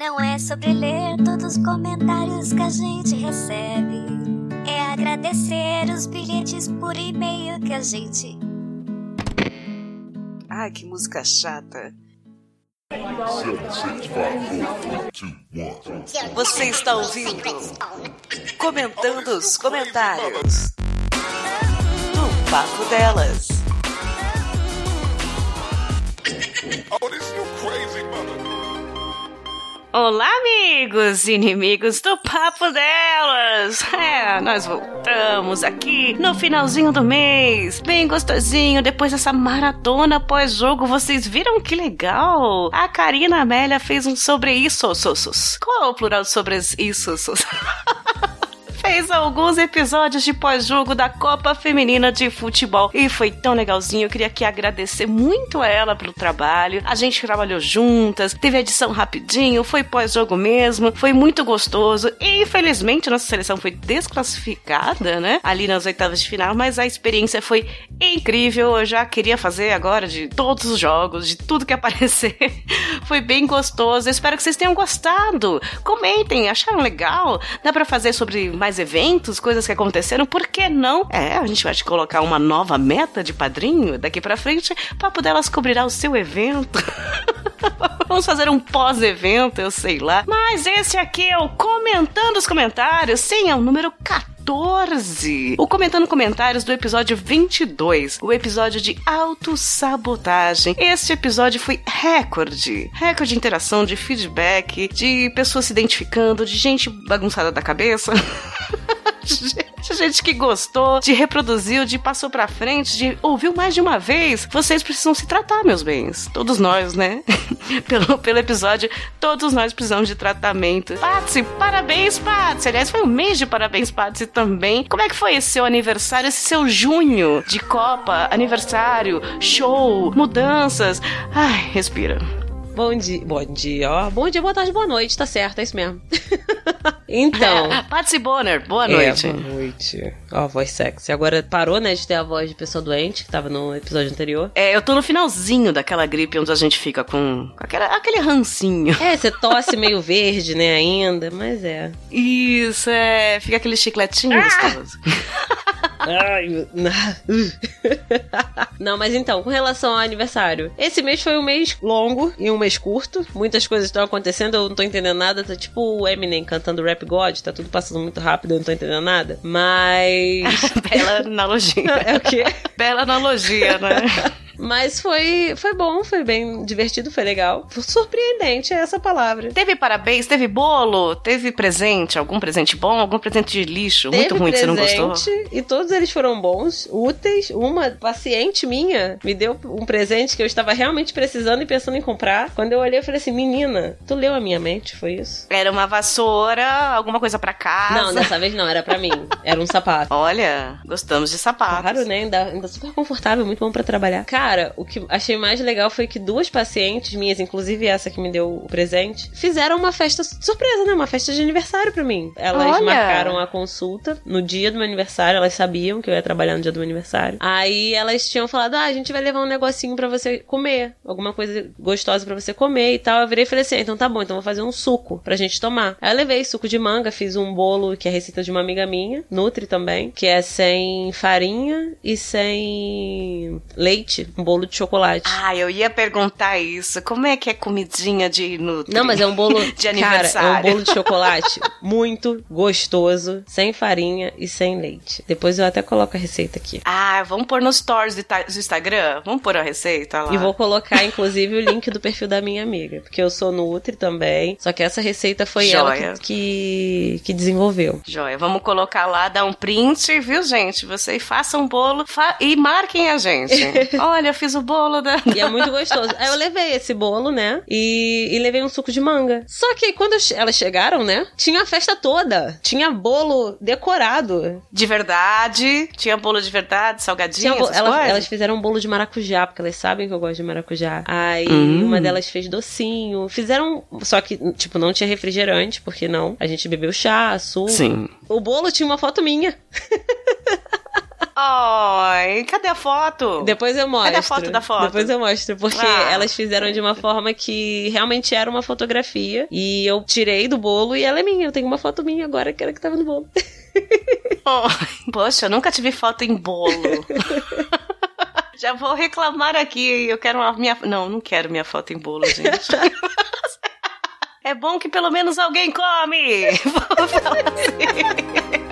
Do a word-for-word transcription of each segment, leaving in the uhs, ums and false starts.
Não é sobre ler todos os comentários que a gente recebe. É agradecer os bilhetes por e-mail que a gente... Ai, que música chata. Você está ouvindo Comentando os Comentários do Papo Delas. Olá, amigos e inimigos do Papo Delas! É, nós voltamos aqui no finalzinho do mês, bem gostosinho, depois dessa maratona pós-jogo. Vocês viram que legal? A Karina Amélia fez um sobre isso. Qual é o plural sobre isso? Fez alguns episódios de pós-jogo da Copa Feminina de Futebol e foi tão legalzinho. Eu queria aqui agradecer muito a ela pelo trabalho. A gente trabalhou juntas, teve edição rapidinho, foi pós-jogo mesmo, foi muito gostoso. E infelizmente nossa seleção foi desclassificada, né? Ali nas oitavas de final, mas a experiência foi incrível. Eu já queria fazer agora de todos os jogos, de tudo que aparecer. Foi bem gostoso. Eu espero que vocês tenham gostado. Comentem, acharam legal? Dá pra fazer sobre mais eventos, coisas que aconteceram, por que não? É, a gente vai te colocar uma nova meta de padrinho daqui pra frente. Papo Delas cobrirá o seu evento. Vamos fazer um pós-evento, eu sei lá. Mas esse aqui é o Comentando os Comentários. Sim, é o número quatorze. O Comentando Comentários do episódio vinte e dois. O episódio de autossabotagem. Este episódio foi recorde. Recorde de interação, de feedback, de pessoas se identificando, de gente bagunçada da cabeça. De gente que gostou, de reproduziu, de passou pra frente, de ouviu mais de uma vez. Vocês precisam se tratar, meus bens. Todos nós, né? pelo, pelo episódio, todos nós precisamos de tratamento. Patsy, parabéns, Patsy. Aliás, foi um mês de parabéns, Patsy, também. Como é que foi esse seu aniversário, esse seu junho de Copa, aniversário, show, mudanças? Ai, respira. Bom dia, bom dia, ó. Bom dia, boa tarde, boa noite, tá certo, é isso mesmo. Então. Patsy Bonner, boa noite. É, boa noite. Ó, voz sexy. Agora parou, né, de ter a voz de pessoa doente, que tava no episódio anterior. É, eu tô no finalzinho daquela gripe onde a gente fica com, com aquela, aquele rancinho. É, você tosse meio verde, né, ainda, mas é. Isso, é. Fica aquele chicletinho ah! gostoso. Ai, não, mas então, com relação ao aniversário, esse mês foi um mês longo e um mês curto. Muitas coisas estão acontecendo, eu não tô entendendo nada. Tá tipo o Eminem cantando Rap God, tá tudo passando muito rápido, eu não tô entendendo nada. Mas... Bela analogia. É o quê? Bela analogia, né? Mas foi, foi bom, foi bem divertido, foi legal. Surpreendente é essa palavra. Teve parabéns, teve bolo, teve presente, algum presente bom, algum presente de lixo, teve muito ruim, presente, você não gostou? E todos eles foram bons, úteis. Uma paciente minha me deu um presente que eu estava realmente precisando e pensando em comprar. Quando eu olhei, eu falei assim, menina, tu leu a minha mente, foi isso? Era uma vassoura, alguma coisa pra casa? Não, dessa vez não, era pra mim. Era um sapato. Olha, gostamos de sapatos. Claro, né? Ainda, ainda super confortável, muito bom pra trabalhar. Cara, o que achei mais legal foi que duas pacientes minhas, inclusive essa que me deu o presente, fizeram uma festa surpresa, né? Uma festa de aniversário pra mim. Elas Olha. marcaram a consulta no dia do meu aniversário, elas sabiam que eu ia trabalhar no dia do meu aniversário. Aí elas tinham falado, ah, a gente vai levar um negocinho pra você comer, alguma coisa gostosa pra você comer e tal. Eu virei e falei assim, ah, então tá bom, então vou fazer um suco pra gente tomar. Aí eu levei suco de manga, fiz um bolo que é receita de uma amiga minha, Nutri também, que é sem farinha e sem leite, um bolo de chocolate. Ah, eu ia perguntar isso. Como é que é comidinha de Nutri? Não, mas é um bolo de aniversário. Cara, é um bolo de chocolate muito gostoso, sem farinha e sem leite. Depois eu até coloco a receita aqui. Ah, vamos pôr nos stories do, do Instagram? Vamos pôr a receita lá. E vou colocar, inclusive, o link do perfil da minha amiga, porque eu sou Nutri também, só que essa receita foi Joia. ela que, que, que desenvolveu. Joia, vamos colocar lá, dar um print, viu, gente? Vocês façam um bolo fa- e marquem a gente. Olha, eu fiz o bolo da... E é muito gostoso. Aí eu levei esse bolo, né? E, e levei um suco de manga. Só que aí quando elas chegaram, né? Tinha a festa toda. Tinha bolo decorado. De verdade. Tinha bolo de verdade, salgadinho, bo- essas elas, coisas? elas fizeram um bolo de maracujá, porque elas sabem que eu gosto de maracujá. Aí Hum. uma delas fez docinho. Fizeram... Só que, tipo, não tinha refrigerante, porque não. A gente bebeu chá, suco. Sim. O bolo tinha uma foto minha. Ai, cadê a foto? Depois eu mostro. Cadê a foto da foto? Depois eu mostro, porque ah. elas fizeram de uma forma que realmente era uma fotografia. E eu tirei do bolo e ela é minha. Eu tenho uma foto minha agora que era que tava no bolo. Oh, poxa, eu nunca tive foto em bolo. Já vou reclamar aqui. Eu quero uma minha... Não, não quero minha foto em bolo, gente. É bom que pelo menos alguém come. Vou falar assim.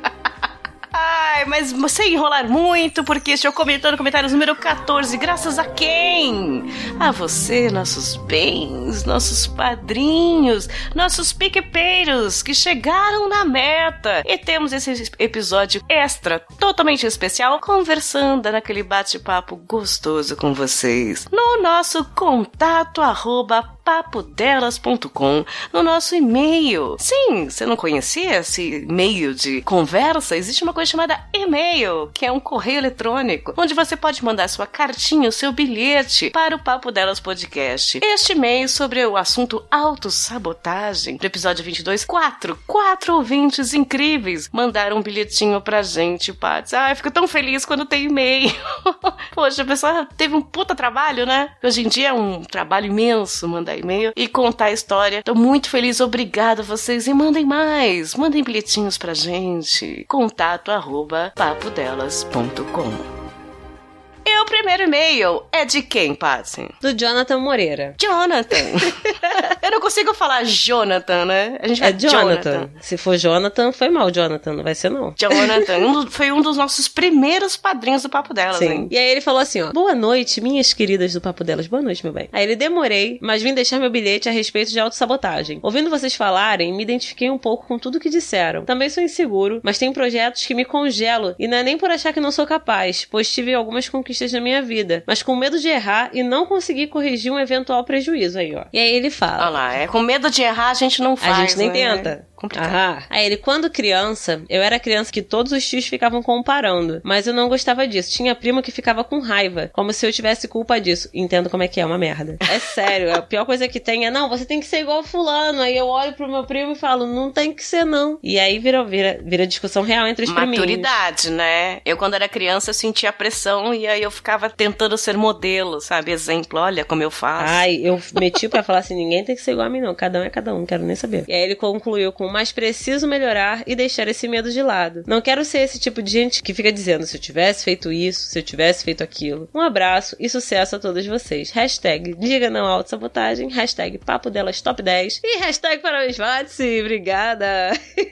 Ai, mas sem enrolar muito, porque estou comentando comentários número catorze. Graças a quem? A você, nossos bens, nossos padrinhos, nossos piquepeiros que chegaram na meta. E temos esse episódio extra, totalmente especial, conversando naquele bate-papo gostoso com vocês. No nosso contato arroba papo delas ponto com, no nosso e-mail. Sim, você não conhecia esse e-mail de conversa? Existe uma coisa chamada e-mail, que é um correio eletrônico, onde você pode mandar sua cartinha, o seu bilhete para o Papo Delas Podcast. Este e-mail sobre o assunto autossabotagem, do episódio vinte e dois, quatro, quatro ouvintes incríveis mandaram um bilhetinho pra gente, Paty. Ai, eu fico tão feliz quando tem e-mail. Poxa, a pessoa teve um puta trabalho, né? Hoje em dia é um trabalho imenso mandar e-mail e contar a história. Tô muito feliz, obrigada a vocês e mandem mais, mandem bilhetinhos pra gente. Contato arroba papo delas ponto com. E o primeiro e-mail é de quem, Paty? Do Jonathan Moreira. Jonathan. Eu não consigo falar Jonathan, né? A gente é Jonathan. Jonathan. Se for Jonathan, foi mal, Jonathan. Não vai ser, não. Jonathan. Um do, foi um dos nossos primeiros padrinhos do Papo Delas, Sim. hein? E aí ele falou assim, ó. Boa noite, minhas queridas do Papo Delas. Boa noite, meu bem. Aí ele demorei, mas vim deixar meu bilhete a respeito de autossabotagem. Ouvindo vocês falarem, me identifiquei um pouco com tudo que disseram. Também sou inseguro, mas tem projetos que me congelo. E não é nem por achar que não sou capaz, pois tive algumas conquistas na minha vida, mas com medo de errar e não conseguir corrigir um eventual prejuízo aí, ó. E aí ele fala... Olha lá, é com medo de errar a gente não faz, A gente nem né? tenta. Complicado. Aham. Aí ele, quando criança, eu era criança que todos os tios ficavam comparando, mas eu não gostava disso. Tinha primo que ficava com raiva, como se eu tivesse culpa disso. Entendo como é que é, uma merda. É sério, a pior coisa que tem é, não, você tem que ser igual fulano. Aí eu olho pro meu primo e falo, não tem que ser, não. E aí vira, vira, vira discussão real entre os priminhos. Maturidade, né? Eu, quando era criança, eu sentia pressão e aí eu ficava tentando ser modelo, sabe? Exemplo, olha como eu faço. Ai, eu meti pra falar assim, ninguém tem que ser igual a mim, não. Cada um é cada um, quero nem saber. E aí ele concluiu com, mas preciso melhorar e deixar esse medo de lado. Não quero ser esse tipo de gente que fica dizendo, se eu tivesse feito isso, se eu tivesse feito aquilo. Um abraço e sucesso a todos vocês. Hashtag diga não autossabotagem, hashtag papo delas top dez e hashtag parabéns Paty, obrigada.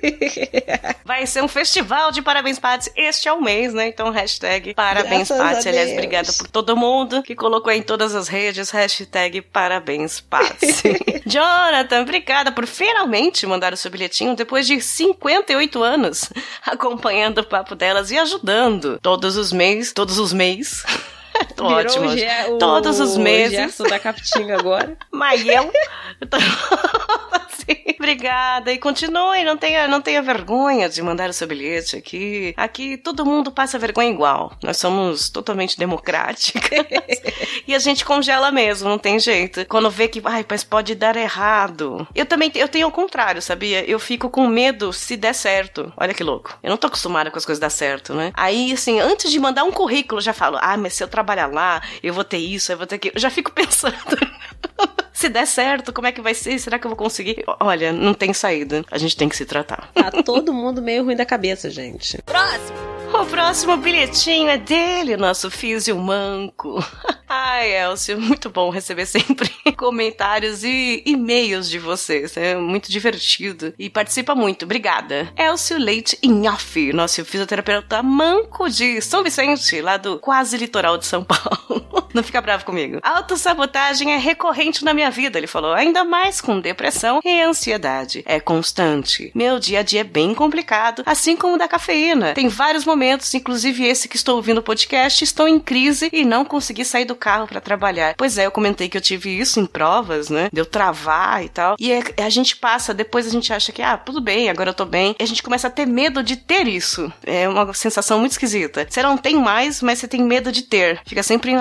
Vai ser um festival de parabéns Paty, este é o mês, né? Então hashtag parabéns Paty, aliás, obrigada por todo mundo que colocou em todas as redes, hashtag parabéns Paty. Jonathan, obrigada por finalmente mandar o seu bilhetinho depois de cinquenta e oito anos acompanhando o Papo Delas e ajudando todos os meses, todos os meses. Tô Virou ótimo. O Ge- o, todos os meses. O Gerson da Capitinga agora. Mas eu... eu tô... assim, obrigada. E continue, não tenha, não tenha vergonha de mandar o seu bilhete aqui. Aqui todo mundo passa vergonha igual. Nós somos totalmente democráticas. E a gente congela mesmo, não tem jeito. Quando vê que, ai, mas pode dar errado. Eu também eu tenho o contrário, sabia? Eu fico com medo se der certo. Olha que louco. Eu não tô acostumada com as coisas dar certo, né? Aí, assim, antes de mandar um currículo, eu já falo, ah, mas se eu trabalhar lá, eu vou ter isso, eu vou ter aquilo. Eu já fico pensando... Se der certo, como é que vai ser? Será que eu vou conseguir? Olha, não tem saída. A gente tem que se tratar. Tá todo mundo meio ruim da cabeça, gente. Próximo! O próximo bilhetinho é dele, nosso físio manco. Ai, Elcio, muito bom receber sempre comentários e e-mails de vocês. É muito divertido e participa muito. Obrigada. Elcio Leite Inhofe, nosso fisioterapeuta manco de São Vicente, lá do quase litoral de São Paulo. Não fica bravo comigo. Autossabotagem é recorrente na minha vida, ele falou. Ainda mais com depressão e ansiedade. É constante. Meu dia a dia é bem complicado, assim como o da cafeína. Tem vários momentos, inclusive esse que estou ouvindo o podcast, estou em crise e não consegui sair do carro para trabalhar. Pois é, eu comentei que eu tive isso em provas, né? De eu travar e tal. E a gente passa, depois a gente acha que, ah, tudo bem, agora eu tô bem. E a gente começa a ter medo de ter isso. É uma sensação muito esquisita. Você não tem mais, mas você tem medo de ter. Fica sempre em alerta.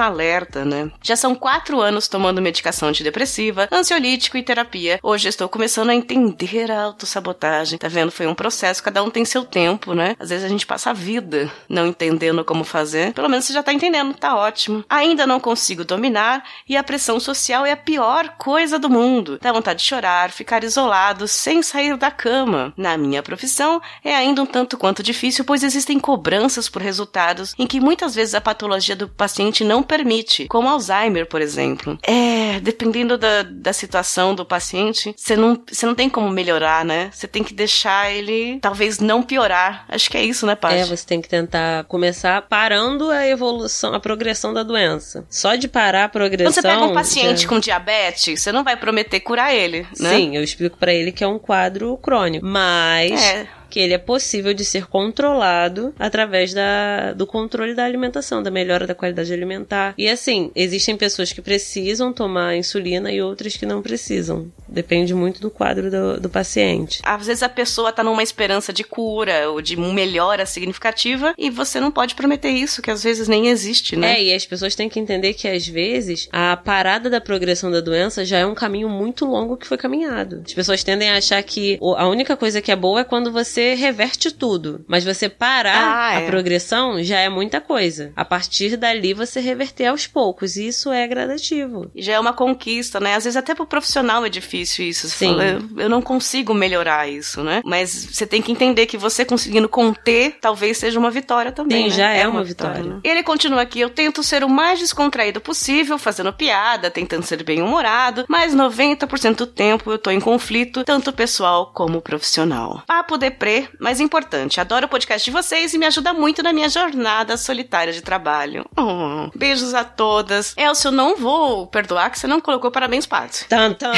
certa, né? Já são quatro anos tomando medicação antidepressiva, ansiolítico e terapia. Hoje estou começando a entender a autossabotagem. Tá vendo? Foi um processo, cada um tem seu tempo, né? Às vezes a gente passa a vida não entendendo como fazer. Pelo menos você já tá entendendo, tá ótimo. Ainda não consigo dominar e a pressão social é a pior coisa do mundo. Dá vontade de chorar, ficar isolado, sem sair da cama. Na minha profissão, é ainda um tanto quanto difícil, pois existem cobranças por resultados em que muitas vezes a patologia do paciente não permite, como Alzheimer, por exemplo. É, dependendo da, da situação do paciente, você não, você não tem como melhorar, né? Você tem que deixar ele, talvez, não piorar. Acho que é isso, né, Paty? É, você tem que tentar começar parando a evolução, a progressão da doença. Só de parar a progressão... Quando você pega um paciente já... com diabetes, você não vai prometer curar ele, né? Sim, eu explico pra ele que é um quadro crônico. Mas... É. que ele é possível de ser controlado através da, do controle da alimentação, da melhora da qualidade alimentar. E assim, existem pessoas que precisam tomar insulina e outras que não precisam. Depende muito do quadro do, do paciente. Às vezes a pessoa tá numa esperança de cura ou de melhora significativa e você não pode prometer isso, que às vezes nem existe, né? É, e as pessoas têm que entender que às vezes a parada da progressão da doença já é um caminho muito longo que foi caminhado. As pessoas tendem a achar que a única coisa que é boa é quando você reverte tudo, mas você parar ah, a é. progressão já é muita coisa. A partir dali você reverter aos poucos, e isso é gradativo. Já é uma conquista, né? Às vezes até pro profissional é difícil isso. Você Sim. fala, eu, eu não consigo melhorar isso, né? Mas você tem que entender que você conseguindo conter, talvez seja uma vitória também, Sim, né? já é, é uma, uma vitória. vitória, né? Ele continua aqui, eu tento ser o mais descontraído possível, fazendo piada, tentando ser bem-humorado, mas noventa por cento do tempo eu tô em conflito, tanto pessoal como profissional. Papo deprê, mas importante, adoro o podcast de vocês e me ajuda muito na minha jornada solitária de trabalho. Oh, beijos a todas. Elcio, eu não vou perdoar que você não colocou parabéns, Paty. Tan, tan.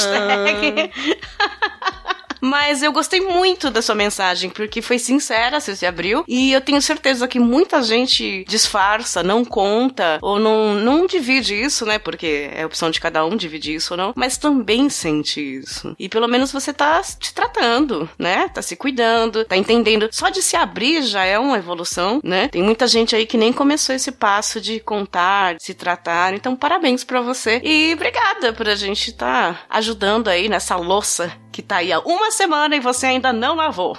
Mas eu gostei muito da sua mensagem, porque foi sincera, você se abriu, e eu tenho certeza que muita gente disfarça, não conta, ou não, não divide isso, né, porque é opção de cada um dividir isso ou não, mas também sente isso. E pelo menos você tá te tratando, né, tá se cuidando, tá entendendo. Só de se abrir já é uma evolução, né, tem muita gente aí que nem começou esse passo de contar, de se tratar, então parabéns pra você, e obrigada por a gente tá ajudando aí nessa louça que tá aí há uma semana e você ainda não lavou.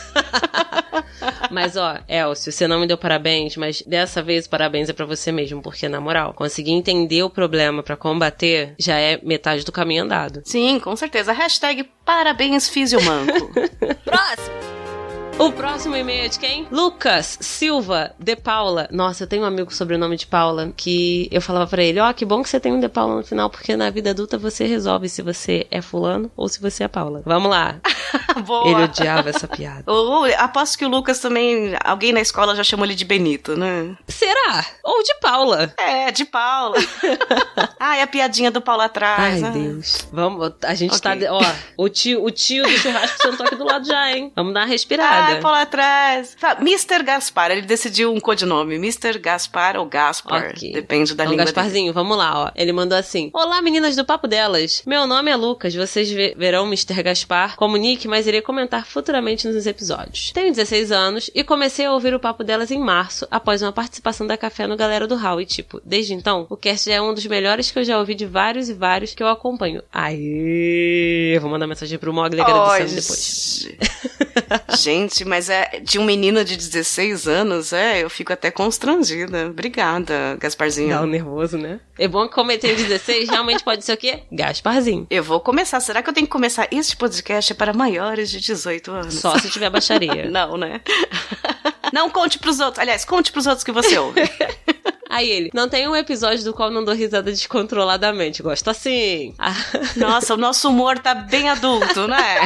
Mas ó, Elcio, você não me deu parabéns, mas dessa vez o parabéns é pra você mesmo, porque na moral, conseguir entender o problema pra combater já é metade do caminho andado. Sim, com certeza. Hashtag parabéns fisiomanco. Próximo. O próximo e-mail é de quem? Lucas Silva de Paula. Nossa, eu tenho um amigo com sobrenome de Paula que eu falava pra ele, ó, oh, que bom que você tem um de Paula no final, porque na vida adulta você resolve se você é fulano ou se você é Paula. Vamos lá. Boa. Ele odiava essa piada. Oh, aposto que o Lucas também, alguém na escola já chamou ele de Benito, né? Será? Ou de Paula. É, de Paula. Ai, a piadinha do Paulo atrás. Ai, ah. Deus. Vamos, a gente Okay. tá... Ó, o tio, o tio do churrasco sentou aqui do lado já, hein? Vamos dar uma respirada. Ai, Paulo atrás. mister Gaspar, ele decidiu um codinome. mister Gaspar ou Gaspar. Okay. Depende da então, língua Gasparzinho, dele. vamos lá, ó. Ele mandou assim: olá, meninas do Papo Delas. Meu nome é Lucas. Vocês ve- verão mister Gaspar como nick, mas irei comentar futuramente nos episódios. Tenho dezesseis anos e comecei a ouvir o Papo Delas em março, após uma participação da Café no Galera do Hall. E tipo, desde então, o cast já é um dos melhores que eu já ouvi de vários e vários que eu acompanho. Aê! Eu vou mandar mensagem pro Mogli agradecendo depois. Gente, mas é de um menino de dezesseis anos, é, eu fico até constrangida. Obrigada, Gasparzinho. Dá um nervoso, né? É bom que como ele tem dezesseis, realmente pode ser o quê? Gasparzinho. Eu vou começar. Será que eu tenho que começar? Este podcast é para maiores de dezoito anos. Só se tiver baixaria. Não, né? Não conte pros outros. Aliás, conte pros outros que você ouve. Aí ele, não tem um episódio do qual não dou risada descontroladamente. Gosto assim. Nossa, o nosso humor tá bem adulto, né?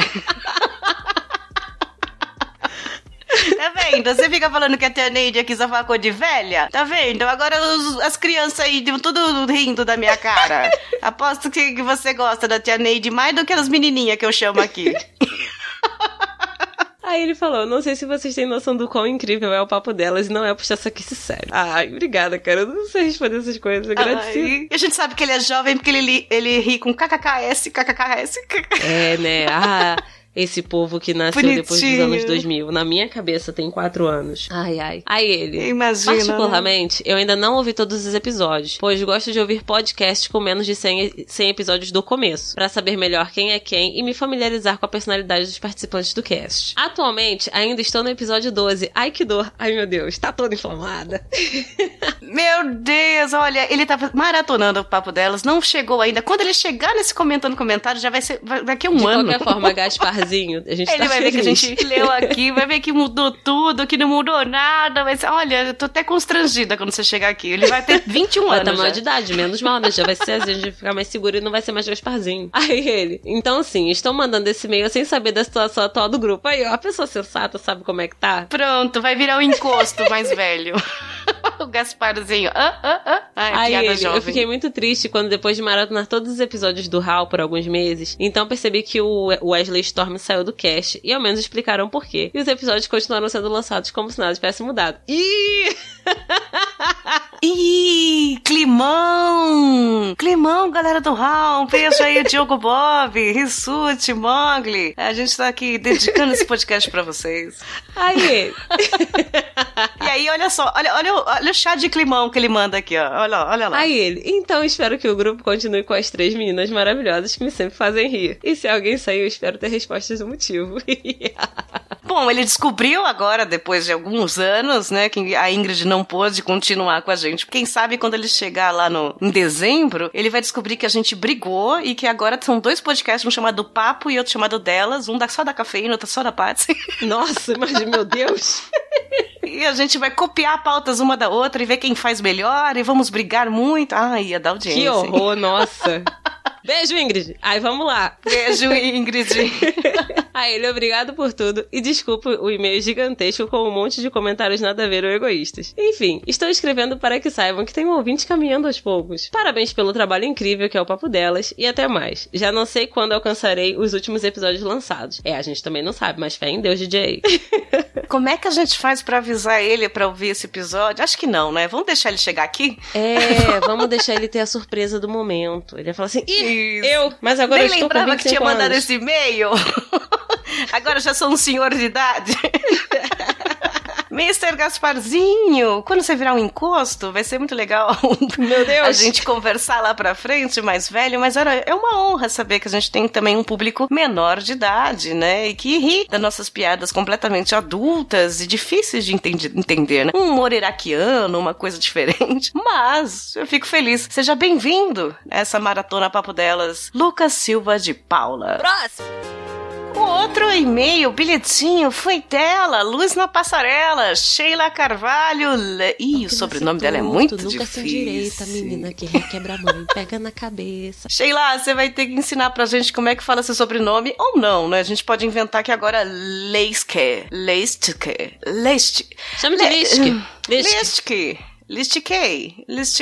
Tá vendo? Você fica falando que a tia Neide aqui só fala coisa de velha? Tá vendo? Agora os, as crianças aí, tudo rindo da minha cara. Aposto que, que você gosta da tia Neide mais do que as menininhas que eu chamo aqui. Aí ele falou, não sei se vocês têm noção do quão incrível é o Papo Delas e não é puxar saquice sério. Ai, obrigada, cara. Eu não sei responder essas coisas. Agradecido. E a gente sabe que ele é jovem porque ele, ele ri com kkkс, kkkс. É, né? Ah... esse povo que nasceu Bonitinho. depois dos anos dois mil. Na minha cabeça tem quatro anos. Ai, ai. Aí ele. Imagina. Particularmente, eu ainda não ouvi todos os episódios, pois gosto de ouvir podcasts com menos de cem, cem episódios do começo, pra saber melhor quem é quem e me familiarizar com a personalidade dos participantes do cast. Atualmente, ainda estou no episódio doze. Ai, que dor. Ai, meu Deus. Tá toda inflamada. Meu Deus, olha, ele tava maratonando o Papo Delas, não chegou ainda. Quando ele chegar nesse comentando comentário, já vai ser vai, daqui a um de ano. De qualquer forma, Gasparzinho, a gente ele tá vai feliz. ver que a gente leu aqui, vai ver que mudou tudo, que não mudou nada. Vai ser, olha, eu tô até constrangida quando você chegar aqui. Ele vai ter vinte e um vai anos. Vai tá maior já. de idade, menos mal, né? Já vai ser, a gente vai ficar mais seguro e não vai ser mais Gasparzinho. Aí ele. Então, assim, estão mandando esse e-mail sem saber da situação atual do grupo. Aí, ó, a pessoa sensata sabe como é que tá. Pronto, vai virar o encosto mais velho. O Gasparzinho. Ah, ah, ah. Ai, Aí piada ele, jovem. eu fiquei muito triste quando, depois de maratonar todos os episódios do Hal por alguns meses, então percebi que o Wesley Storm saiu do cast e ao menos explicaram por quê. E os episódios continuaram sendo lançados como se nada tivesse mudado. Ih! Ih, Climão! Climão, galera do Hal. Um beijo aí, Diogo Bob, Rissuti, Mogli. A gente tá aqui dedicando esse podcast pra vocês. Aí. E aí, olha só, olha, olha, olha o chá de climão que ele manda aqui, ó. Olha, olha lá. Aí ele. Então espero que o grupo continue com as três meninas maravilhosas que me sempre fazem rir. E se alguém sair, eu espero ter respostas do motivo. Bom, ele descobriu agora, depois de alguns anos, né, que a Ingrid não pôde continuar com a gente. Quem sabe quando ele chegar lá no, em dezembro, ele vai descobrir que a gente brigou e que agora são dois podcasts, um chamado Papo e outro chamado Delas, um da, só da cafeína, outro só da Patsy. Nossa, mas meu Deus! E a gente vai copiar pautas uma da outra e ver quem faz melhor e vamos brigar muito. Ai, ia dar audiência. Que horror, nossa! Beijo, Ingrid. Aí, vamos lá. Beijo, Ingrid. Aí ele, obrigado por tudo e desculpa o e-mail gigantesco com um monte de comentários nada a ver ou egoístas. Enfim, estou escrevendo para que saibam que tem um ouvinte caminhando aos poucos. Parabéns pelo trabalho incrível que é o Papo Delas e até mais. Já não sei quando alcançarei os últimos episódios lançados. É, a gente também não sabe, mas fé em Deus, D J. Como é que a gente faz pra avisar ele pra ouvir esse episódio? Acho que não, né? Vamos deixar ele chegar aqui? É, vamos deixar ele ter a surpresa do momento. Ele vai falar assim, ih, Isso. eu, mas agora Nem eu estou com lembrava vinte e que cinco tinha mandado anos. esse e-mail. Agora já sou um senhor de idade. mister Gasparzinho, quando você virar um encosto, vai ser muito legal. Meu Deus. A gente conversar lá pra frente, mais velho, mas era, é uma honra saber que a gente tem também um público menor de idade, né? E que ri das nossas piadas completamente adultas e difíceis de entender, entender, né? Um humor iraquiano, uma coisa diferente. Mas eu fico feliz. Seja bem-vindo a essa maratona Papo Delas, Lucas Silva de Paula. Próximo! O outro e-mail, bilhetinho, foi dela, Luz na Passarela, Sheila Carvalho. Le... Ih, o sobrenome dela é muito nunca difícil. Nunca direita, menina que requebra a mão, pega na cabeça. Sheila, você vai ter que ensinar pra gente como é que fala seu sobrenome, ou não, né? A gente pode inventar que agora Leiske, Leistke, Leist... Chama de Liske. Leistke. Listiquei. Listi...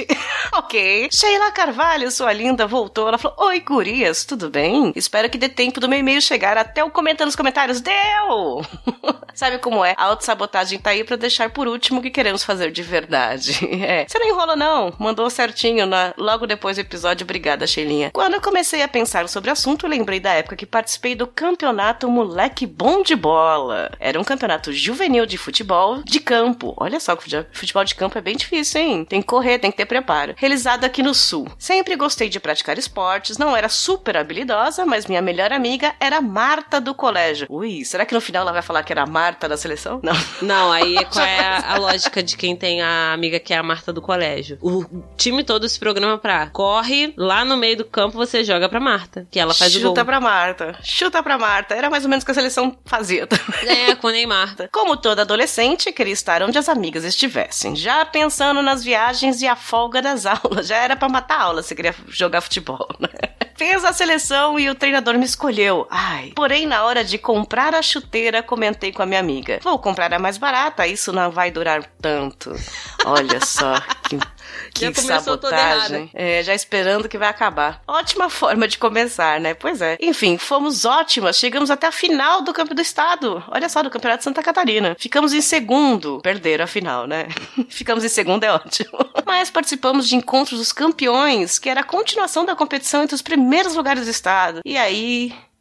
ok. Sheila Carvalho, sua linda, voltou. Ela falou, oi, gurias, tudo bem? Espero que dê tempo do meu e-mail chegar até o comentário nos comentários. Deu! Sabe como é? A autossabotagem tá aí pra deixar por último o que queremos fazer de verdade. É. Você não enrola, não. Mandou certinho na... logo depois do episódio. Obrigada, Sheilinha. Quando eu comecei a pensar sobre o assunto, eu lembrei da época que participei do campeonato Moleque Bom de Bola. Era um campeonato juvenil de futebol de campo. Olha só, futebol de campo é bem difícil. Sim, tem que correr, tem que ter preparo. Realizado aqui no Sul. Sempre gostei de praticar esportes, não era super habilidosa, mas minha melhor amiga era Marta do colégio. Ui, será que no final ela vai falar que era a Marta da seleção? Não. Não, aí qual é a, a lógica de quem tem a amiga que é a Marta do colégio? O time todo se programa pra corre, lá no meio do campo você joga pra Marta, que ela faz Chuta o gol. Chuta pra Marta. Chuta pra Marta. Era mais ou menos o que a seleção fazia. É, com o Neymar. Como toda adolescente, queria estar onde as amigas estivessem. Já pensando nas viagens e a folga das aulas. Já era pra matar a aula se queria jogar futebol, né? Fez a seleção e o treinador me escolheu. Ai. Porém, na hora de comprar a chuteira, comentei com a minha amiga. Vou comprar a mais barata, isso não vai durar tanto. Olha só, que... Que sabotagem. É, já esperando que vai acabar. Ótima forma de começar, né? Pois é. Enfim, fomos ótimas. Chegamos até a final do Campo do Estado. Olha só, do Campeonato de Santa Catarina. Ficamos em segundo. Perderam a final, né? Ficamos em segundo, é ótimo. Mas participamos de encontros dos campeões, que era a continuação da competição entre os primeiros lugares do estado. E aí...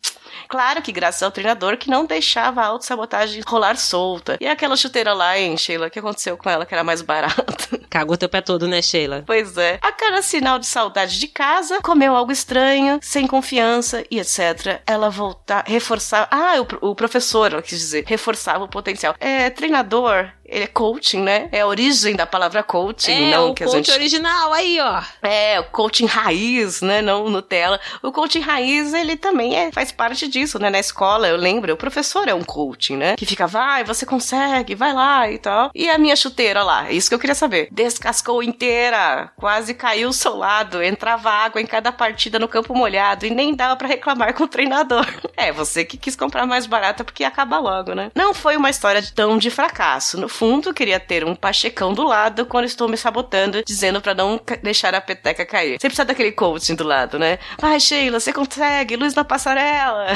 Claro que graças ao treinador que não deixava a autossabotagem rolar solta. E aquela chuteira lá, hein, Sheila? O que aconteceu com ela que era mais barata? Cagou teu pé todo, né, Sheila? Pois é. A cada sinal de saudade de casa, comeu algo estranho, sem confiança e etcétera. Ela voltar, reforçar... Ah, o, o professor, eu quis dizer, reforçava o potencial. É, treinador... Ele é coaching, né? É a origem da palavra coaching, é, não o que coach a gente... original, aí, ó. É, o coaching raiz, né? Não Nutella. O coaching raiz, ele também é, faz parte disso, né? Na escola, eu lembro, o professor é um coaching, né? Que fica, vai, você consegue, vai lá e tal. E a minha chuteira lá, isso que eu queria saber. Descascou inteira, quase caiu solado, entrava água em cada partida no campo molhado e nem dava pra reclamar com o treinador. É, você que quis comprar mais barata porque ia acabar logo, né? Não foi uma história tão de fracasso. No fundo, queria ter um pachecão do lado quando estou me sabotando, dizendo pra não deixar a peteca cair. Você precisa daquele coaching do lado, né? Vai, Sheila, você consegue, luz na passarela.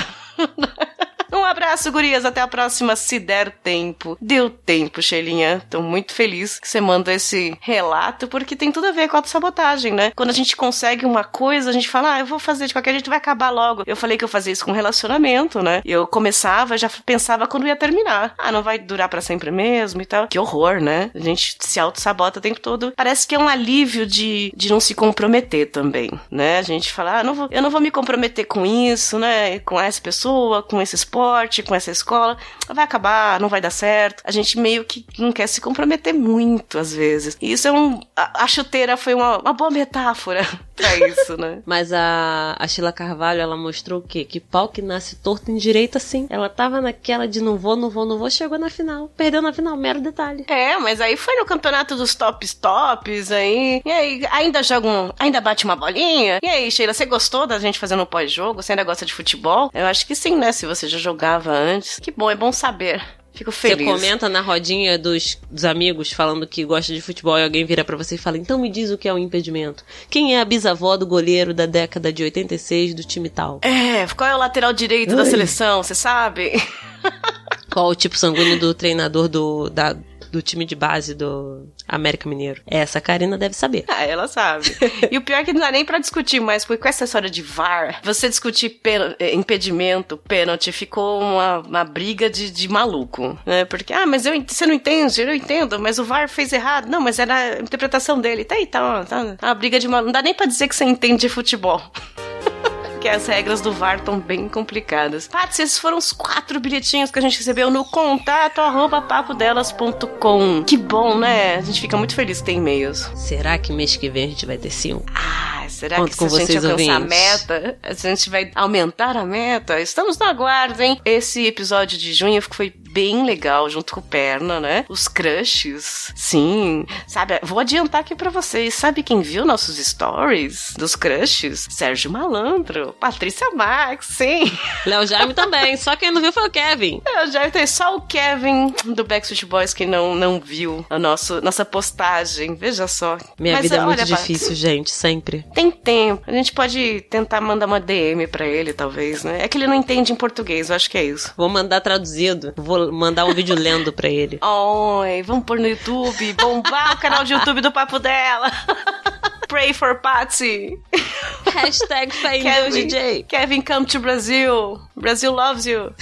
Um abraço, gurias. Até a próxima, se der tempo. Deu tempo, Sheilinha. Tô muito feliz que você manda esse relato, porque tem tudo a ver com a autossabotagem, né? Quando a gente consegue uma coisa, a gente fala, ah, eu vou fazer de qualquer jeito, vai acabar logo. Eu falei que eu fazia isso com relacionamento, né? Eu começava, já pensava quando ia terminar. Ah, não vai durar pra sempre mesmo e tal. Que horror, né? A gente se autossabota o tempo todo. Parece que é um alívio de, de não se comprometer também, né? A gente fala, ah, não vou, eu não vou me comprometer com isso, né? Com essa pessoa, com esse esporte, com essa escola, vai acabar, não vai dar certo. A gente meio que não quer se comprometer muito, às vezes. E isso é um... A, a chuteira foi uma, uma boa metáfora pra isso, né? Mas a, a Sheila Carvalho, ela mostrou o quê? Que pau que nasce torto em direita, sim. Ela tava naquela de não vou, não vou, não vou, chegou na final. Perdeu na final, mero detalhe. É, mas aí foi no campeonato dos tops tops, aí... E aí, ainda joga um... Ainda bate uma bolinha? E aí, Sheila, você gostou da gente fazendo um pós-jogo? Você ainda gosta de futebol? Eu acho que sim, né? Se você já jogava antes. Que bom, é bom saber. Fico feliz. Você comenta na rodinha dos, dos amigos falando que gosta de futebol e alguém vira pra você e fala, então me diz o que é um impedimento. Quem é a bisavó do goleiro da década de oitenta e seis do time tal? É, qual é o lateral direito Ai. da seleção, você sabe? Qual o tipo sanguíneo do treinador do, da, do time de base do América Mineiro? Essa a Karina deve saber. Ah, ela sabe. E o pior é que não dá nem pra discutir mais, porque com essa história de V A R, você discutir pen- impedimento, pênalti, ficou uma, uma briga de, de maluco, né? Porque, ah, mas eu, você não entende, eu entendo, mas o V A R fez errado. Não, mas era a interpretação dele. Tá aí, tá, tá, tá uma briga de maluco. Não dá nem pra dizer que você entende de futebol. Porque as regras do V A R estão bem complicadas. Paty, esses foram os quatro bilhetinhos que a gente recebeu no contato arroba papo delas ponto com. Que bom, né? A gente fica muito feliz que tem e-mails. Será que mês que vem a gente vai ter cinco? Ah, será Conto que com se a gente vocês, alcançar ouvintes. a meta, a gente vai aumentar a meta? Estamos no aguardo, hein? Esse episódio de junho foi bem legal, junto com o Perna, né? Os crushes. Sim. Sabe, vou adiantar aqui pra vocês. Sabe quem viu nossos stories dos crushes? Sérgio Malandro, Patrícia Marques, sim. Léo Jaime também, só quem não viu foi o Kevin. Eu já tem só o Kevin do Backstreet Boys que não, não viu a nosso, nossa postagem. Veja só. Minha Mas, vida é muito olha, difícil, gente, sempre. Tem tempo. A gente pode tentar mandar uma D M pra ele, talvez, né? É que ele não entende em português, eu acho que é isso. Vou mandar traduzido. Vou mandar um vídeo lendo pra ele. Oi, vamos pôr no YouTube, bombar o canal de YouTube do Papo Dela. Pray for Patsy. Hashtag fé em Kevin, Deus, D J. Kevin, come to Brazil. Brazil loves you.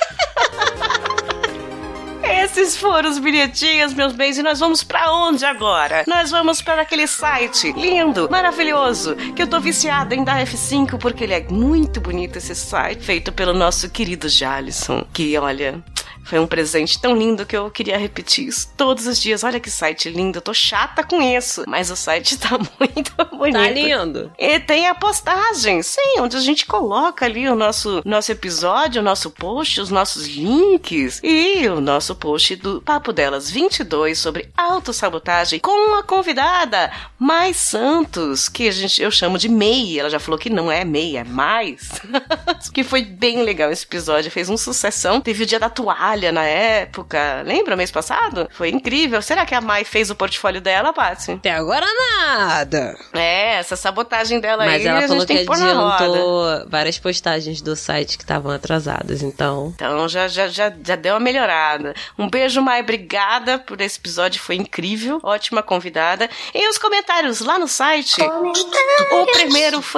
Esses foram os bilhetinhos, meus bens, e nós vamos pra onde agora? Nós vamos para aquele site lindo, maravilhoso, que eu tô viciada em dar F cinco porque ele é muito bonito, esse site, feito pelo nosso querido Jalisson, que, olha... Foi um presente tão lindo que eu queria repetir isso todos os dias. Olha que site lindo, eu tô chata com isso. Mas o site tá muito bonito. Tá lindo. E tem a postagem, sim, onde a gente coloca ali o nosso, nosso episódio, o nosso post, os nossos links. E o nosso post do Papo Delas vinte e dois sobre autossabotagem com uma convidada, Mais Santos, que a gente, eu chamo de Mei. Ela já falou que não é Mei, é Mais. Que foi bem legal esse episódio, fez um sucessão. Teve o dia da toalha na época, lembra mês passado? Foi incrível. Será que a Mai fez o portfólio dela, Paty? Até agora nada. É, essa sabotagem dela Mas aí ela a falou gente tem que que pôr na roda. adiantou várias postagens do site que estavam atrasadas, então... Então já, já, já, já deu uma melhorada. Um beijo, Mai, obrigada por esse episódio, foi incrível, ótima convidada. E os comentários lá no site? O primeiro foi de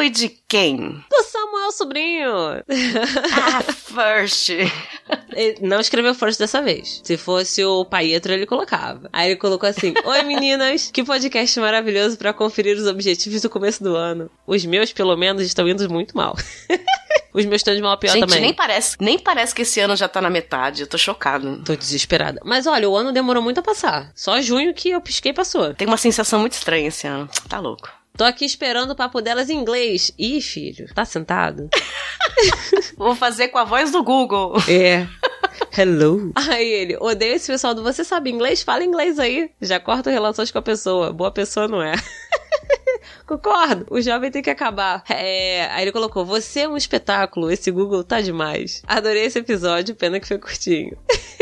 quem? Do Samuel Sobrinho. Ah, First. Ele não escreveu First dessa vez. Se fosse o Pietro, ele colocava. Aí ele colocou assim: oi meninas, que podcast maravilhoso pra conferir os objetivos do começo do ano. Os meus, pelo menos, estão indo muito mal. Os meus estão de mal a pior Gente, também. nem parece, nem parece que esse ano já tá na metade. Eu tô chocado. Tô desesperada. Mas olha, o ano demorou muito a passar. Só junho que eu pisquei passou. Tem uma sensação muito estranha esse ano. Tá louco. Tô aqui esperando o papo delas em inglês. Ih, filho, tá sentado? Vou fazer com a voz do Google. É. Hello. Aí ele, odeio esse pessoal do você sabe inglês? Fala inglês aí. Já corta relações com a pessoa. Boa pessoa não é. Concordo. O jovem tem que acabar. É... Aí ele colocou, você é um espetáculo. Esse Google tá demais. Adorei esse episódio, pena que foi curtinho.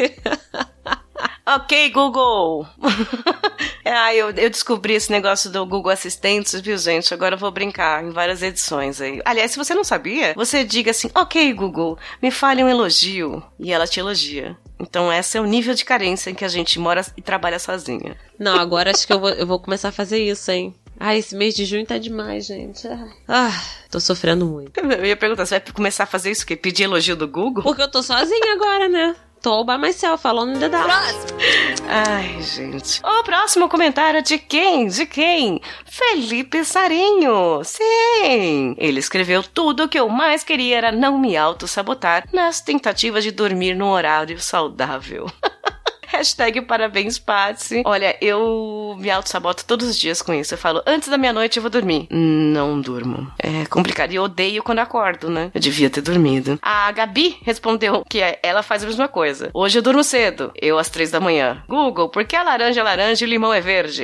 Ok, Google. Ah, eu, eu descobri esse negócio do Google Assistentes, viu, gente? Agora eu vou brincar em várias edições aí. Aliás, se você não sabia, você diga assim, ok, Google, me fale um elogio. E ela te elogia. Então esse é o nível de carência em que a gente mora e trabalha sozinha. Não, agora acho que eu vou, eu vou começar a fazer isso, hein? Ah, esse mês de junho tá demais, gente. Ai. Ah, tô sofrendo muito. Eu ia perguntar, você vai começar a fazer isso o quê? Pedir elogio do Google? Porque eu tô sozinha agora, né? Tô all by myself, falando in the dark. Próximo. Ai, gente. O próximo comentário é de quem? De quem? Felipe Sarinho. Sim. Ele escreveu tudo o que eu mais queria era não me auto-sabotar nas tentativas de dormir num horário saudável. Hashtag parabéns, Patsy. Olha, eu me auto-saboto todos os dias com isso. Eu falo, antes da meia-noite eu vou dormir. Não durmo. É complicado. E eu odeio quando acordo, né? Eu devia ter dormido. A Gabi respondeu que ela faz a mesma coisa. Hoje eu durmo cedo. Eu às três da manhã. Google, por que a laranja é laranja e o limão é verde?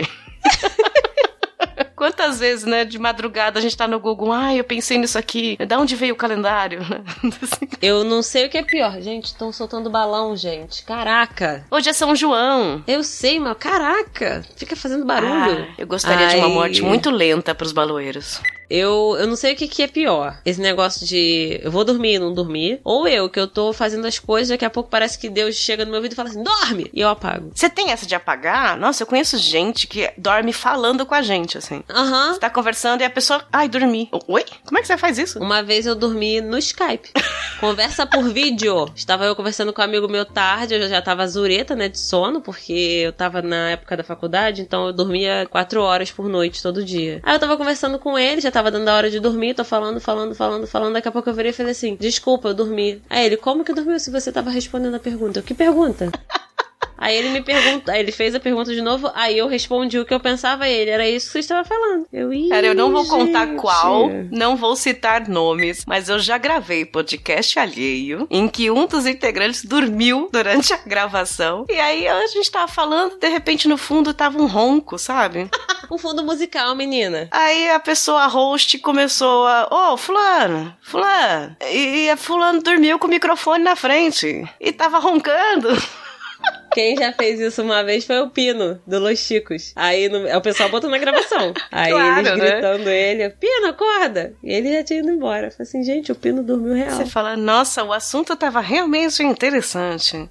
Quantas vezes, né, de madrugada a gente tá no Google, ai, ah, eu pensei nisso aqui, da onde veio o calendário? Eu não sei o que é pior. Gente, estão soltando balão, gente. Caraca. Hoje é São João. Eu sei, mas caraca, fica fazendo barulho. Ah, eu gostaria ai. de uma morte muito lenta pros baloeiros. Eu, eu não sei o que, que é pior. Esse negócio de eu vou dormir e não dormir. Ou eu, que eu tô fazendo as coisas, daqui a pouco parece que Deus chega no meu ouvido e fala assim, dorme! E eu apago. Você tem essa de apagar? Nossa, eu conheço gente que dorme falando com a gente, assim. Aham. Uhum. Você tá conversando e a pessoa, ai, dormi. Oi? Como é que você faz isso? Uma vez eu dormi no Skype. Conversa por vídeo. Estava eu conversando com um amigo meu tarde, eu já tava zureta, né, de sono, porque eu tava na época da faculdade, então eu dormia quatro horas por noite, todo dia. Aí eu tava conversando com ele, já tava dando a hora de dormir, tô falando, falando, falando, falando, daqui a pouco eu virei e falei assim, desculpa, eu dormi. Aí ele, como que dormiu se você tava respondendo a pergunta? Eu, que pergunta? Aí ele me pergunta, aí ele fez a pergunta de novo, aí eu respondi o que eu pensava a ele, era isso que você estava falando. Eu, Ih, Cara, eu não vou gente. contar qual, não vou citar nomes, mas eu já gravei podcast alheio, em que um dos integrantes dormiu durante a gravação, e aí a gente tava falando, de repente no fundo tava um ronco, sabe? Um fundo musical, menina. Aí a pessoa, a host, começou a, ô, oh, fulano, fulano, e a fulano dormiu com o microfone na frente, e tava roncando. Quem já fez isso uma vez foi o Pino, do Los Chicos. Aí no, o pessoal botou na gravação. Aí claro, eles né? gritando ele, Pino, acorda! E ele já tinha ido embora. Eu falei assim, gente, o Pino dormiu real. Você fala, nossa, o assunto tava realmente interessante.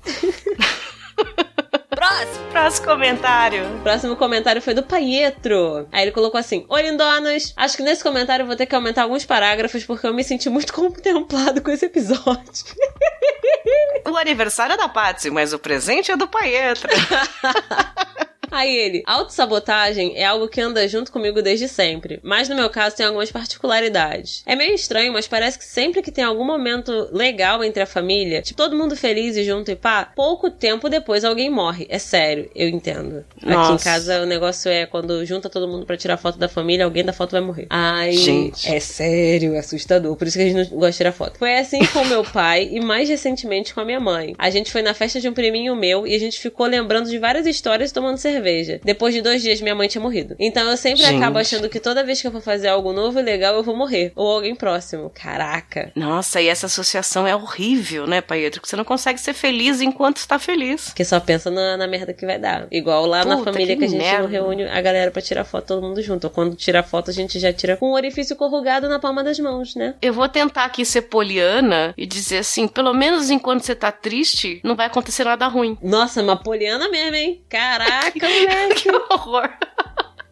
Próximo. Próximo comentário. Próximo comentário foi do Pietro. Aí ele colocou assim, oi lindonas, acho que nesse comentário eu vou ter que aumentar alguns parágrafos porque eu me senti muito contemplado com esse episódio. O aniversário é da Patsy, mas o presente é do Pietro. Aí ele, autossabotagem é algo que anda junto comigo desde sempre, mas no meu caso tem algumas particularidades. É meio estranho, mas parece que sempre que tem algum momento legal entre a família, tipo todo mundo feliz e junto e pá, pouco tempo depois alguém morre. É sério, eu entendo. Nossa. Aqui em casa o negócio é quando junta todo mundo pra tirar foto da família, alguém da foto vai morrer. Ai, gente. É sério, é assustador, por isso que a gente não gosta de tirar foto. Foi assim com meu pai e mais recentemente com a minha mãe. A gente foi na festa de um priminho meu e a gente ficou lembrando de várias histórias tomando cerveja. Depois de dois dias, minha mãe tinha morrido. Então eu sempre Gente. acabo achando que toda vez que eu for fazer algo novo e legal, eu vou morrer. Ou alguém próximo. Caraca. Nossa, e essa associação é horrível, né, Pietro? Que você não consegue ser feliz enquanto está feliz. Porque só pensa na, na merda que vai dar. Igual lá Puta, na família que, que a gente merda. não reúne a galera pra tirar foto, todo mundo junto. Ou quando tira foto, a gente já tira com um orifício corrugado na palma das mãos, né? Eu vou tentar aqui ser poliana e dizer assim, pelo menos enquanto você tá triste, não vai acontecer nada ruim. Nossa, uma poliana mesmo, hein? Caraca, moleque. Que horror.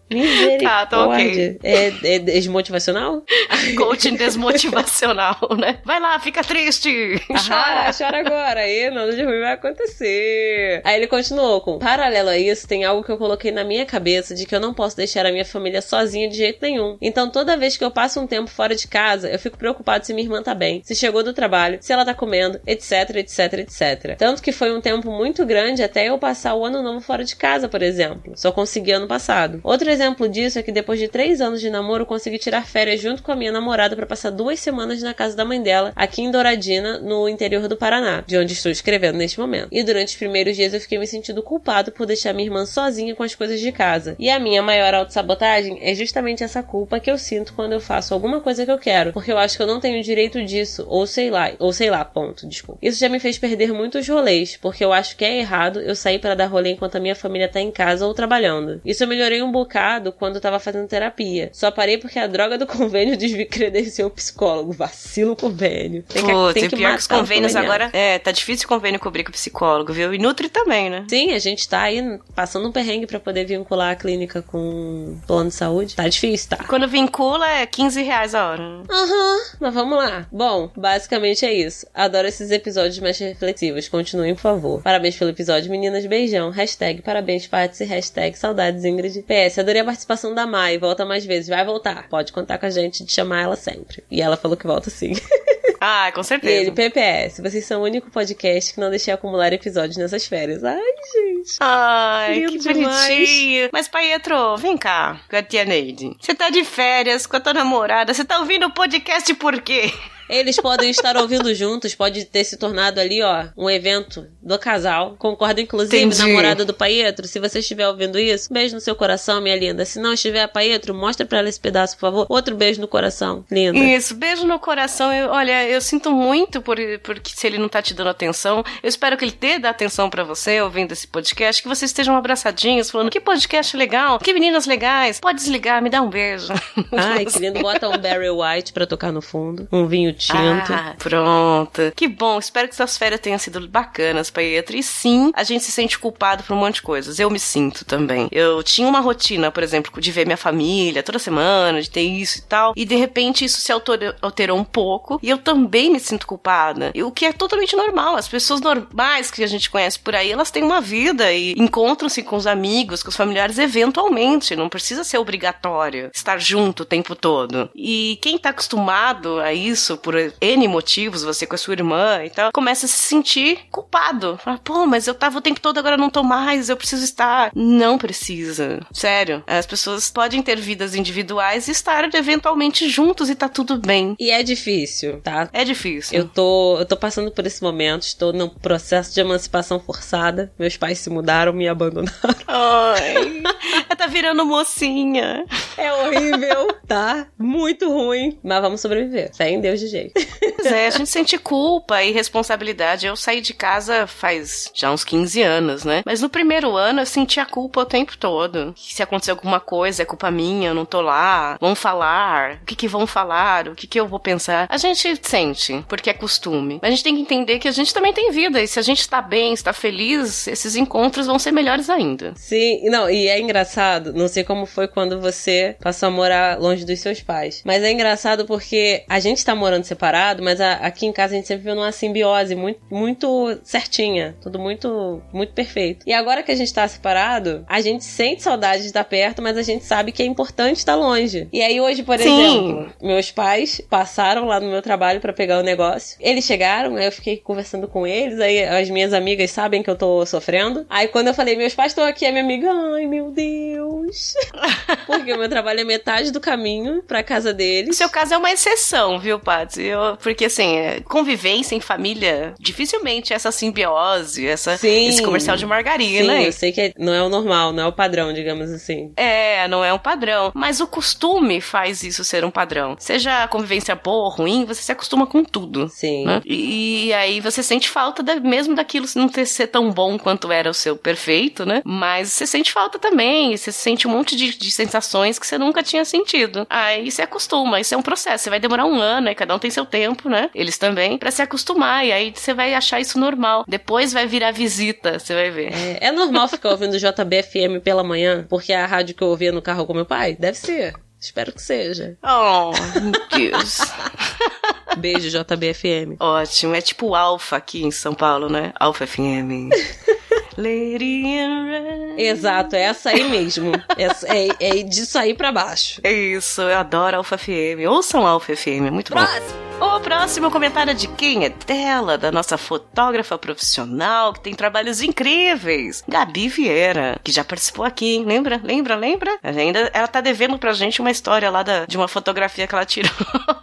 Misericórdia. Tá, tô ok. É, é desmotivacional? Coaching desmotivacional, né? Vai lá, fica triste. Chora. Ah, chora agora. Aí nada de ruim vai acontecer. Aí ele continuou com: paralelo a isso, tem algo que eu coloquei na minha cabeça de que eu não posso deixar a minha família sozinha de jeito nenhum. Então toda vez que eu passo um tempo fora de casa, eu fico preocupado se minha irmã tá bem, se chegou do trabalho, se ela tá comendo, etc, etc, etc. Tanto que foi um tempo muito grande até eu passar o ano novo fora de casa, por exemplo. Só consegui ano passado. Outro exemplo disso é que depois de três anos de namoro, eu consegui tirar férias junto com a minha namorada pra passar duas semanas na casa da mãe dela, aqui em Douradina, no interior do Paraná, de onde estou escrevendo neste momento. E durante os primeiros dias eu fiquei me sentindo culpado por deixar minha irmã sozinha com as coisas de casa. E a minha maior autossabotagem é justamente essa culpa que eu sinto quando eu faço alguma coisa que eu quero, porque eu acho que eu não tenho direito disso, ou sei lá, ou sei lá, ponto, desculpa. Isso já me fez perder muitos rolês, porque eu acho que é errado eu sair pra dar rolê enquanto a minha família tá em casa ou trabalhando. Isso eu melhorei um bocado quando eu tava fazendo terapia. Só parei porque a droga do convênio descredenciou o psicólogo. Vacilo o convênio. Tem que, Pô, tem tem que pior matar que os convênios conveniado. agora. É, tá difícil o convênio cobrir com o psicólogo, viu? E Nutri também, né? Sim, a gente tá aí passando um perrengue pra poder vincular a clínica com plano de saúde. Tá difícil, tá? Quando vincula é quinze reais a hora. Aham, uhum, mas vamos lá. Bom, basicamente é isso. Adoro esses episódios mais reflexivos. Continuem, por favor. Parabéns pelo episódio, meninas. Beijão. Hashtag parabéns, Patsy. Hashtag saudades, Ingrid. P S, adorei a participação da Mai. Volta mais vezes. Vai voltar. Pode contar com a gente de chamar ela sempre. E ela falou que volta sim. Ah, com certeza. E ele, P P S, vocês são o único podcast que não deixei acumular episódios nessas férias. Ai, gente. Ai, Lindo que demais. bonitinho. Mas, Pietro, vem cá, com a tia Neide. Você tá de férias com a tua namorada, você tá ouvindo o podcast por quê? Eles podem estar ouvindo juntos, pode ter se tornado ali, ó, um evento do casal. Concordo, inclusive, Entendi. namorada do Pietro. Se você estiver ouvindo isso, beijo no seu coração, minha linda. Se não estiver, Pietro, mostra pra ela esse pedaço, por favor. Outro beijo no coração, linda. Isso, beijo no coração. Eu, olha, eu sinto muito por, por se ele não tá te dando atenção. Eu espero que ele dê dar atenção pra você, ouvindo esse podcast, que vocês estejam abraçadinhos, falando que podcast legal, que meninas legais. Pode desligar, me dá um beijo. Ai, que lindo. Bota um Barry White pra tocar no fundo. Um vinho tinto. Ah, pronto. Que bom, espero que suas férias tenham sido bacanas, Pietro. E sim, a gente se sente culpado por um monte de coisas. Eu me sinto também. Eu tinha uma rotina, por exemplo, de ver minha família toda semana, de ter isso e tal. E de repente isso se alterou, alterou um pouco. E eu também me sinto culpada. E o que é totalmente normal. As pessoas normais que a gente conhece por aí, elas têm uma vida e encontram-se com os amigos, com os familiares eventualmente. Não precisa ser obrigatório estar junto o tempo todo. E quem tá acostumado a isso por N motivos, você com a sua irmã e tal, começa a se sentir culpado. Fala, pô, mas eu tava o tempo todo, agora não tô mais, eu preciso estar. Não precisa. Sério. As pessoas podem ter vidas individuais e estar eventualmente juntos e tá tudo bem. E é difícil, tá? É difícil. Eu tô, eu tô passando por esse momento, estou num processo de emancipação forçada. Meus pais se mudaram, me abandonaram. Ai, tá virando mocinha. É horrível, tá? Muito ruim. Mas vamos sobreviver. Fé em Deus de jeito. Pois é, a gente sente culpa e responsabilidade. Eu saí de casa faz já uns quinze anos, né? Mas no primeiro ano eu sentia culpa o tempo todo. Se acontecer alguma coisa, é culpa minha, eu não tô lá. Vão falar. O que que vão falar? O que que eu vou pensar? A gente sente, porque é costume. Mas a gente tem que entender que a gente também tem vida. E se a gente tá bem, está feliz, esses encontros vão ser melhores ainda. Sim, não, e é engraçado, não sei como foi quando você passou a morar longe dos seus pais. Mas é engraçado porque a gente tá morando separado, mas a, aqui em casa a gente sempre viu numa simbiose muito, muito certinha. Tudo muito, muito perfeito. E agora que a gente tá separado, a gente sente saudade de estar perto, mas a gente sabe que é importante estar longe. E aí hoje, por Sim. exemplo, meus pais passaram lá no meu trabalho pra pegar o negócio. Eles chegaram, aí eu fiquei conversando com eles, aí as minhas amigas sabem que eu tô sofrendo. Aí quando eu falei, meus pais estão aqui, a minha amiga, ai meu Deus. Porque o meu trabalho é metade do caminho pra casa deles. O seu caso é uma exceção, viu, Paty? Eu, porque, assim, convivência em família, dificilmente essa simbiose, essa, Sim. esse comercial de margarina. Sim, hein? eu sei que não é o normal, não é o padrão, digamos assim. É, não é um padrão. Mas o costume faz isso ser um padrão. Seja a convivência boa ou ruim, você se acostuma com tudo. Sim. Né? E, e aí você sente falta da, mesmo daquilo não ter ser tão bom quanto era o seu perfeito, né? Mas você sente falta também. Você sente um monte de, de sensações que você nunca tinha sentido. Aí você acostuma. Isso é um processo. Você vai demorar um ano, aí cada um tem seu tempo. né? Eles também, pra se acostumar. E aí você vai achar isso normal. Depois vai virar visita, você vai ver. É, é normal ficar ouvindo J B F M pela manhã, porque é a rádio que eu ouvia no carro com meu pai? Deve ser. Espero que seja. Oh, meu Deus. Beijo, J B F M. Ótimo. É tipo o Alfa aqui em São Paulo, né? Alfa F M. Lady in Red. Exato, é essa aí mesmo. É, é, é disso aí pra baixo. É isso, eu adoro Alfa F M. Ouçam Alfa F M, é muito Próximo. bom. O próximo comentário é de quem? É dela, da nossa fotógrafa profissional, que tem trabalhos incríveis. Gabi Vieira, que já participou aqui, hein? Lembra? Lembra? Lembra? Ainda ela tá devendo pra gente uma história lá da, de uma fotografia que ela tirou.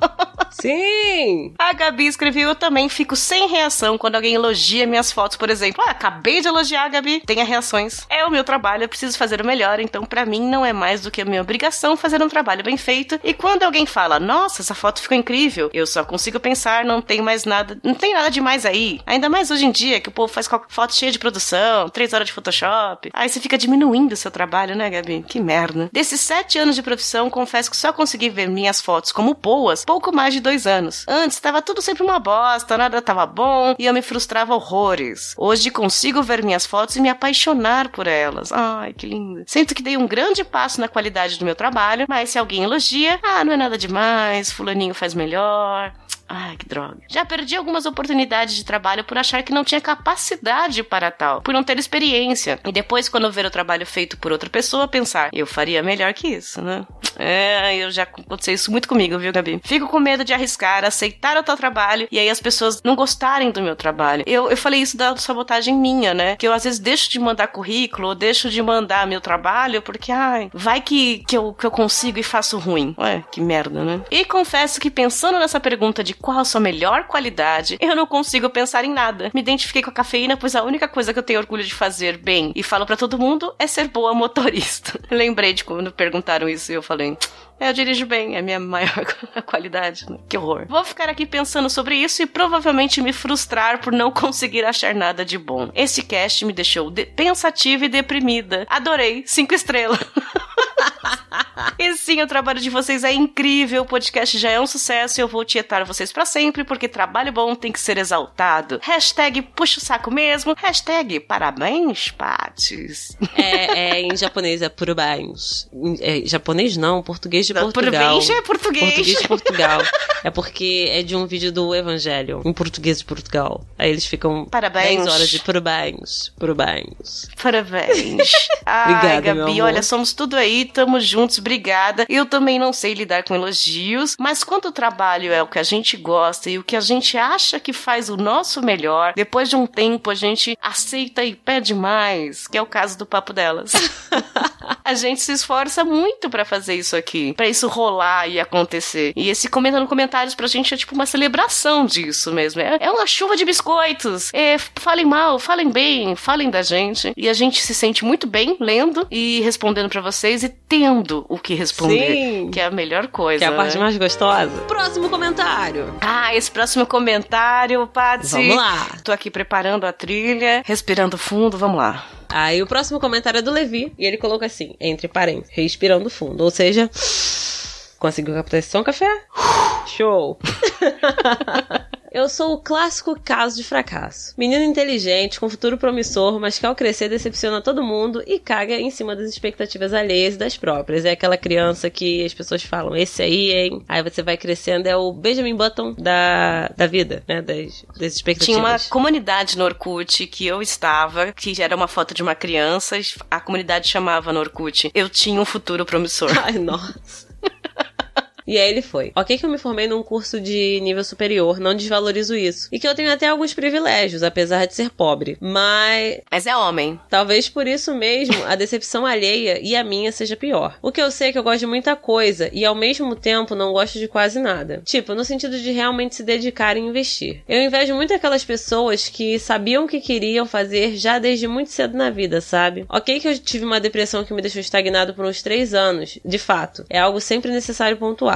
Sim! A Gabi escreveu: eu também fico sem reação quando alguém elogia minhas fotos, por exemplo. Ah, acabei de elogiar, Gabi. Tenha reações. É o meu trabalho, eu preciso fazer o melhor, então pra mim não é mais do que a minha obrigação fazer um trabalho bem feito. E quando alguém fala, nossa, essa foto ficou incrível, eu só consigo pensar, não tem mais nada, não tem nada demais aí. Ainda mais hoje em dia, que o povo faz foto cheia de produção, três horas de Photoshop. Aí você fica diminuindo o seu trabalho, né, Gabi? Que merda. Desses sete anos de profissão, confesso que só consegui ver minhas fotos como boas pouco mais de dois anos. Antes, tava tudo sempre uma bosta, nada tava bom e eu me frustrava horrores. Hoje consigo ver minhas fotos e me apaixonar por elas. Ai, que lindo. Sinto que dei um grande passo na qualidade do meu trabalho, mas se alguém elogia, ah, não é nada demais, fulaninho faz melhor. Ai, que droga. Já perdi algumas oportunidades de trabalho por achar que não tinha capacidade para tal, por não ter experiência. E depois, quando ver o trabalho feito por outra pessoa, pensar, eu faria melhor que isso, né? É, eu já aconteceu isso muito comigo, viu, Gabi? Fico com medo de arriscar, aceitar o tal trabalho e aí as pessoas não gostarem do meu trabalho. Eu, eu falei isso da sabotagem minha, né? Que eu às vezes deixo de mandar currículo ou deixo de mandar meu trabalho porque, ai, vai que, que, eu, que eu consigo e faço ruim. Ué, que merda, né? E confesso que pensando nessa pergunta de qual a sua melhor qualidade, eu não consigo pensar em nada. Me identifiquei com a cafeína, pois a única coisa que eu tenho orgulho de fazer bem e falo pra todo mundo é ser boa motorista. Lembrei de quando perguntaram isso e eu falei, eu dirijo bem, é a minha maior qualidade, né? Que horror. Vou ficar aqui pensando sobre isso e provavelmente me frustrar por não conseguir achar nada de bom. Esse cast me deixou de- pensativa e deprimida. Adorei, cinco estrelas. E sim, o trabalho de vocês é incrível, o podcast já é um sucesso e eu vou tietar vocês pra sempre, porque trabalho bom tem que ser exaltado. Hashtag puxa o saco mesmo, hashtag parabéns, Patis. É, é, em japonês é parabéns. É, japonês não, português de Portugal. Parabéns é português. Português de Portugal. É porque é de um vídeo do Evangelho, em português de Portugal. Aí eles ficam parabéns. dez horas de parabéns, parabéns. Parabéns. Ai, Obrigada, Gabi, olha, somos tudo aí, tamo juntos, obrigada. Eu também não sei lidar com elogios, mas quando o trabalho é o que a gente gosta e o que a gente acha que faz o nosso melhor, depois de um tempo a gente aceita e pede mais, que é o caso do Papo Delas. A gente se esforça muito pra fazer isso aqui, pra isso rolar e acontecer. E esse comenta no comentários pra gente é tipo uma celebração disso mesmo. É, é uma chuva de biscoitos. É, falem mal, falem bem, falem da gente. E a gente se sente muito bem lendo e respondendo pra vocês e tendo o que responder. Sim. Que é a melhor coisa, Que é a parte né? mais gostosa. Próximo comentário. Ah, esse próximo comentário, Patsy. Vamos lá. Tô aqui preparando a trilha, respirando fundo, vamos lá. Aí o próximo comentário é do Levi, e ele coloca assim, entre parênteses, respirando fundo, ou seja, conseguiu captar esse som, café? Show! Eu sou o clássico caso de fracasso. Menino inteligente, com futuro promissor, mas que ao crescer decepciona todo mundo e caga em cima das expectativas alheias e das próprias. É aquela criança que as pessoas falam, esse aí, hein? Aí você vai crescendo, é o Benjamin Button da, da vida, né? Das, das expectativas. Tinha uma comunidade no Orkut que eu estava, que era uma foto de uma criança, a comunidade chamava no Orkut, eu tinha um futuro promissor. Ai, nossa. E aí ele foi. Ok que eu me formei num curso de nível superior, não desvalorizo isso. E que eu tenho até alguns privilégios, apesar de ser pobre. Mas... Mas é homem. talvez por isso mesmo a decepção alheia e a minha seja pior. O que eu sei é que eu gosto de muita coisa e ao mesmo tempo não gosto de quase nada. Tipo, no sentido de realmente se dedicar e investir. Eu invejo muito aquelas pessoas que sabiam o que queriam fazer já desde muito cedo na vida, sabe? Ok que eu tive uma depressão que me deixou estagnado por uns três anos, de fato. É algo sempre necessário pontuar.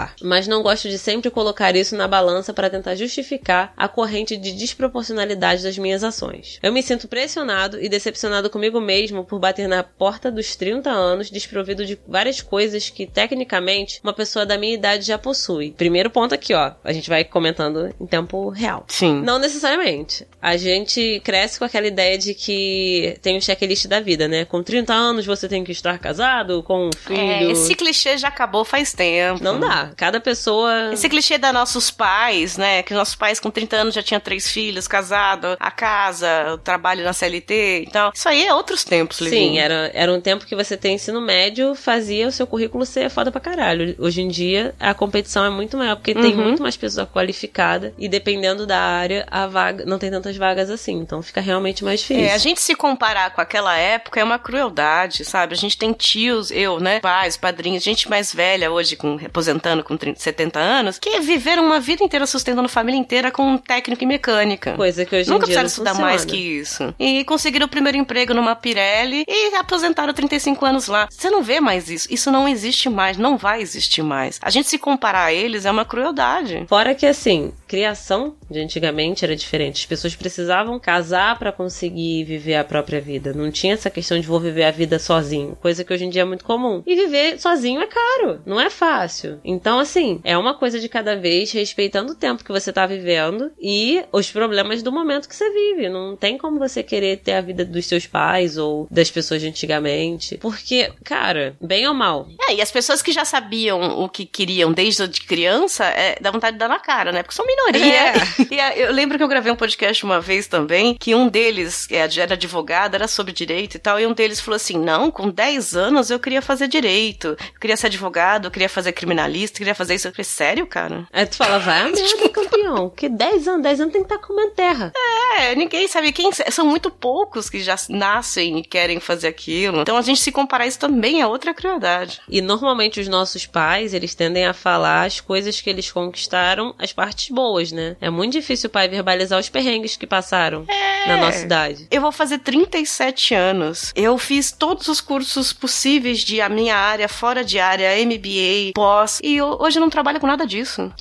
falar, mas não gosto de sempre colocar isso na balança para tentar justificar a corrente de desproporcionalidade das minhas ações. Eu me sinto pressionado e decepcionado comigo mesmo por bater na porta dos trinta anos desprovido de várias coisas que, tecnicamente, uma pessoa da minha idade já possui. Primeiro ponto aqui, ó, a gente vai comentando em tempo real. Sim. Não necessariamente. A gente cresce com aquela ideia de que tem um checklist da vida, né? Com trinta anos você tem que estar casado, com um filho. É, esse clichê já acabou faz tempo. Não dá. Cada pessoa... Esse clichê da nossos pais, né? Que nossos pais com trinta anos já tinham três filhos, casado, a casa, o trabalho na C L T. Então, isso aí é outros tempos, Livinho. Sim, era, era um tempo que você tem ensino médio, fazia o seu currículo ser foda pra caralho. Hoje em dia, a competição é muito maior, porque uhum. tem muito mais pessoa qualificada e dependendo da área, a vaga não tem tantas vagas assim. Então, fica realmente mais difícil. É, a gente se comparar com aquela época é uma crueldade, sabe? A gente tem tios, eu, né? Pais, padrinhos, gente mais velha hoje, com, aposentando com trinta, setenta anos, que viveram uma vida inteira sustentando a família inteira com técnico e mecânica. Coisa que hoje Nunca em dia precisaram não estudar funciona. mais que isso. E conseguiram o primeiro emprego numa Pirelli e aposentaram trinta e cinco anos lá. Você não vê mais isso. Isso não existe mais, não vai existir mais. A gente se comparar a eles é uma crueldade. Fora que, assim, criação de antigamente era diferente. As pessoas precisavam casar pra conseguir viver a própria vida. Não tinha essa questão de vou viver a vida sozinho. Coisa que hoje em dia é muito comum. E viver sozinho é caro. Não é fácil. Então, assim, é uma coisa de cada vez, respeitando o tempo que você tá vivendo e os problemas do momento que você vive. Não tem como você querer ter a vida dos seus pais ou das pessoas de antigamente. Porque, cara, bem ou mal. É, e as pessoas que já sabiam o que queriam desde de criança, é, dá vontade de dar na cara, né? Porque são minoria. É. E eu lembro que eu gravei um podcast uma vez também, que um deles, que era advogado, era sobre direito e tal, e um deles falou assim, não, com dez anos eu queria fazer direito, eu queria ser advogado, eu queria fazer criminalista, eu queria fazer isso. Eu falei, sério, cara? Aí tu fala, vai a merda, campeão, porque dez anos, dez anos tem que estar comendo terra. É, ninguém sabe quem, são muito poucos que já nascem e querem fazer aquilo, então a gente se comparar isso também é outra crueldade. E normalmente os nossos pais, eles tendem a falar as coisas que eles conquistaram, as partes boas, né? É muito difícil o pai verbalizar os perrengues que passaram é. na nossa idade. Eu vou fazer trinta e sete anos. Eu fiz todos os cursos possíveis de a minha área, fora de área, M B A, pós, e eu, hoje eu não trabalho com nada disso.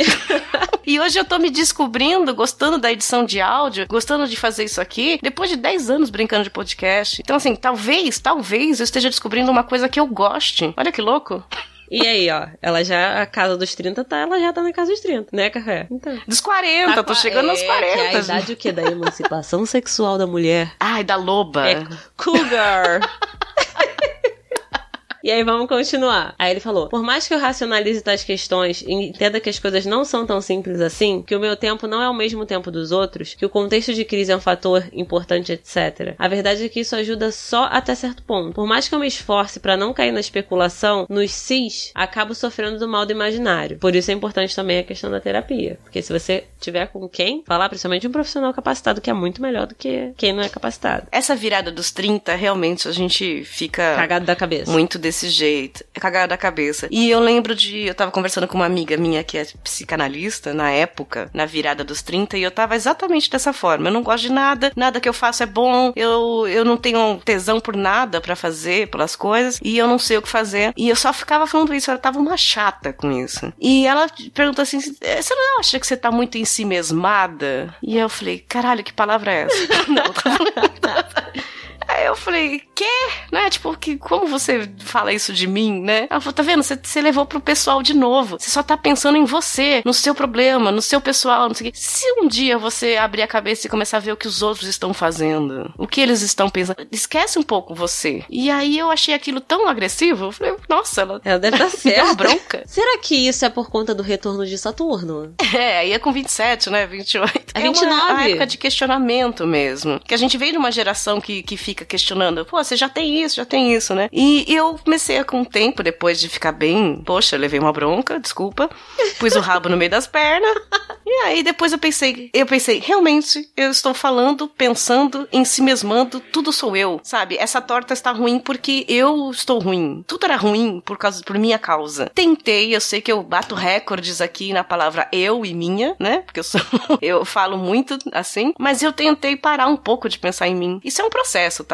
E hoje eu tô me descobrindo, gostando da edição de áudio, gostando de fazer isso aqui, depois de dez anos brincando de podcast. Então, assim, talvez, talvez eu esteja descobrindo uma coisa que eu goste. Olha que louco. E aí, ó, ela já, a casa dos trinta, tá, ela já tá na casa dos trinta, né, Café? Então. Dos quarenta, tá, tô chegando é, aos quarenta. Que é a idade o quê? Da emancipação sexual da mulher. Ai, da loba. É cougar. E aí vamos continuar. Aí ele falou, por mais que eu racionalize tais questões e entenda que as coisas não são tão simples assim, que o meu tempo não é o mesmo tempo dos outros, que o contexto de crise é um fator importante, etcétera. A verdade é que isso ajuda só até certo ponto. Por mais que eu me esforce pra não cair na especulação, nos cis, acabo sofrendo do mal do imaginário. Por isso é importante também a questão da terapia. Porque se você tiver com quem falar, principalmente um profissional capacitado, que é muito melhor do que quem não é capacitado. Essa virada dos trinta, realmente, a gente fica... cagado da cabeça. Muito desse jeito. É cagada da cabeça. E eu lembro de... Eu tava conversando com uma amiga minha que é psicanalista, na época, na virada dos trinta, e eu tava exatamente dessa forma. Eu não gosto de nada, nada que eu faço é bom, eu, eu não tenho tesão por nada pra fazer, pelas coisas, e eu não sei o que fazer. E eu só ficava falando isso, ela tava uma chata com isso. E ela perguntou assim, você não acha que você tá muito em si mesmada? E eu falei, caralho, que palavra é essa? Não, tô falando... Aí eu falei, quê? Né? Tipo, que, como você fala isso de mim, né? Ela falou, tá vendo? Você, você levou pro pessoal de novo. Você só tá pensando em você, no seu problema, no seu pessoal, não sei o quê. Se um dia você abrir a cabeça e começar a ver o que os outros estão fazendo, o que eles estão pensando, esquece um pouco você. E aí eu achei aquilo tão agressivo, eu falei, nossa, ela... Ela deve estar certa. Deu uma bronca. Será que isso é por conta do retorno de Saturno? É, aí é com vinte e sete, né? vinte e oito. É vinte e nove. É uma época de questionamento mesmo. Que a gente veio de uma geração que, que fica questionando, pô, você já tem isso, já tem isso, né? E eu comecei com o tempo, depois de ficar bem, poxa, eu levei uma bronca, desculpa, pus o rabo no meio das pernas, e aí depois eu pensei, eu pensei, realmente, eu estou falando, pensando, em si mesmando, tudo sou eu, sabe? Essa torta está ruim porque eu estou ruim. Tudo era ruim por causa, por minha causa. Tentei, eu sei que eu bato recordes aqui na palavra eu e minha, né? Porque eu sou, eu falo muito assim, mas eu tentei parar um pouco de pensar em mim. Isso é um processo, tá?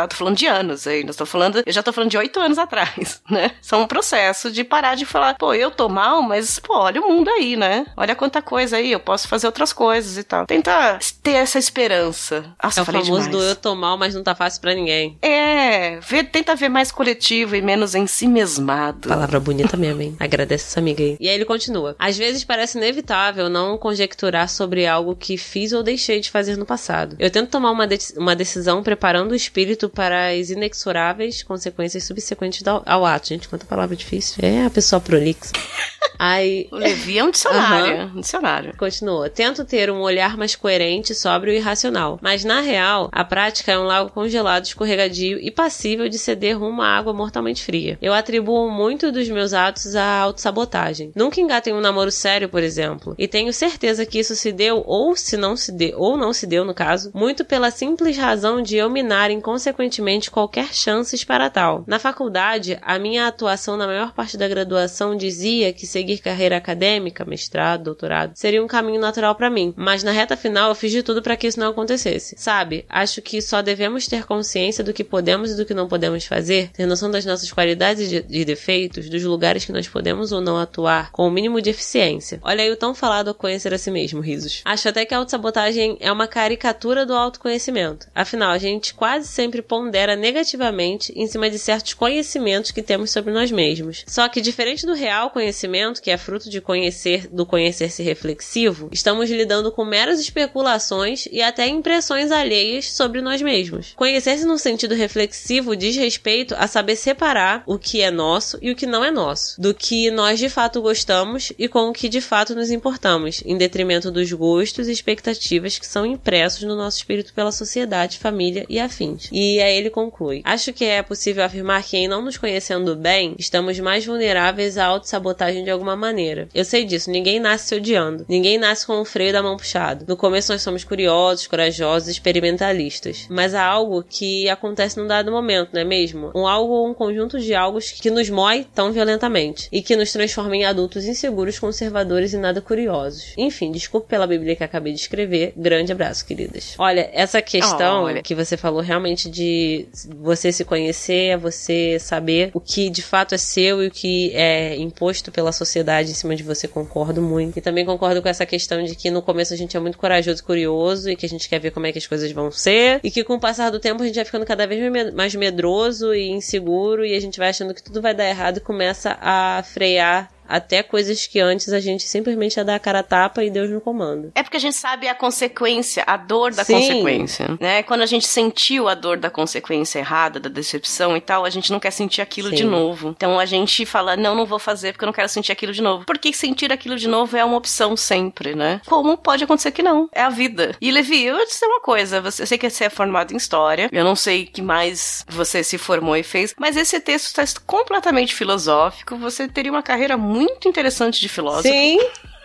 tá? Tô falando de anos aí, nós tô falando, eu já tô falando de oito anos atrás, né? São um processo de parar de falar, pô, eu tô mal, mas, pô, olha o mundo aí, né? Olha quanta coisa aí, eu posso fazer outras coisas e tal. Tentar ter essa esperança. Nossa, é o falei famoso demais. do eu tô mal, mas não tá fácil pra ninguém. É, vê, tenta ver mais coletivo e menos em si mesmado. Palavra bonita mesmo, hein? Agradece essa amiga aí. E aí ele continua. Às vezes parece inevitável não conjecturar sobre algo que fiz ou deixei de fazer no passado. Eu tento tomar uma, de- uma decisão preparando o espírito para as inexoráveis consequências subsequentes ao, ao ato. Gente, quanta palavra difícil. É a pessoa prolixa. Aí... O Levi é um dicionário, Uhum. um dicionário. Continua. Tento ter um olhar mais coerente, sóbrio e racional. Mas, na real, a prática é um lago congelado, escorregadio e passível de ceder rumo à água mortalmente fria. Eu atribuo muito dos meus atos à autossabotagem. Nunca engatei um namoro sério, por exemplo. E tenho certeza que isso se deu, ou se não se deu, ou não se deu, no caso, muito pela simples razão de eu minar inconsequentemente qualquer chances para tal. Na faculdade, a minha atuação na maior parte da graduação dizia que seguir carreira acadêmica, mestrado, doutorado, seria um caminho natural para mim. Mas na reta final eu fiz de tudo para que isso não acontecesse. Sabe, acho que só devemos ter consciência do que podemos e do que não podemos fazer, ter noção das nossas qualidades e de defeitos, dos lugares que nós podemos ou não atuar com o mínimo de eficiência. Olha aí o tão falado conhecer a si mesmo, risos. Acho até que a autossabotagem é uma caricatura do autoconhecimento. Afinal, a gente quase sempre pondera negativamente em cima de certos conhecimentos que temos sobre nós mesmos. Só que, diferente do real conhecimento, que é fruto de conhecer, do conhecer-se reflexivo, estamos lidando com meras especulações e até impressões alheias sobre nós mesmos. Conhecer-se no sentido reflexivo diz respeito a saber separar o que é nosso e o que não é nosso, do que nós de fato gostamos e com o que de fato nos importamos, em detrimento dos gostos e expectativas que são impressos no nosso espírito pela sociedade, família e afins. E aí ele conclui: acho que é possível afirmar que, em não nos conhecendo bem, estamos mais vulneráveis à autossabotagem de alguma maneira. Eu sei disso, ninguém nasce se odiando, ninguém nasce com o freio da mão puxado. No começo nós somos curiosos, corajosos, experimentalistas, mas há algo que acontece num dado momento, não é mesmo? Um algo ou um conjunto de algo que nos mói tão violentamente e que nos transforma em adultos inseguros, conservadores e nada curiosos. Enfim, desculpe pela Bíblia que acabei de escrever. Grande abraço, queridas. Olha, essa questão Olha. que você falou realmente de você se conhecer, você saber o que de fato é seu e o que é imposto pela sociedade em cima de você, concordo muito. E também concordo com essa questão de que no começo a gente é muito corajoso e curioso e que a gente quer ver como é que as coisas vão ser e que com o passar do tempo a gente vai ficando cada vez mais medroso e inseguro e a gente vai achando que tudo vai dar errado e começa a frear até coisas que antes a gente simplesmente ia dar a cara a tapa e Deus no comando. É porque a gente sabe a consequência, a dor da Sim. consequência, né? Quando a gente sentiu a dor da consequência errada, da decepção e tal, a gente não quer sentir aquilo Sim. de novo. Então a gente fala, não, não vou fazer porque eu não quero sentir aquilo de novo. Porque sentir aquilo de novo é uma opção sempre, né? Como pode acontecer que não? É a vida. E Levi, eu vou te dizer uma coisa, você, eu sei que você é formado em História, eu não sei que mais você se formou e fez, mas esse texto está completamente filosófico, você teria uma carreira muito muito interessante de filósofo. Sim.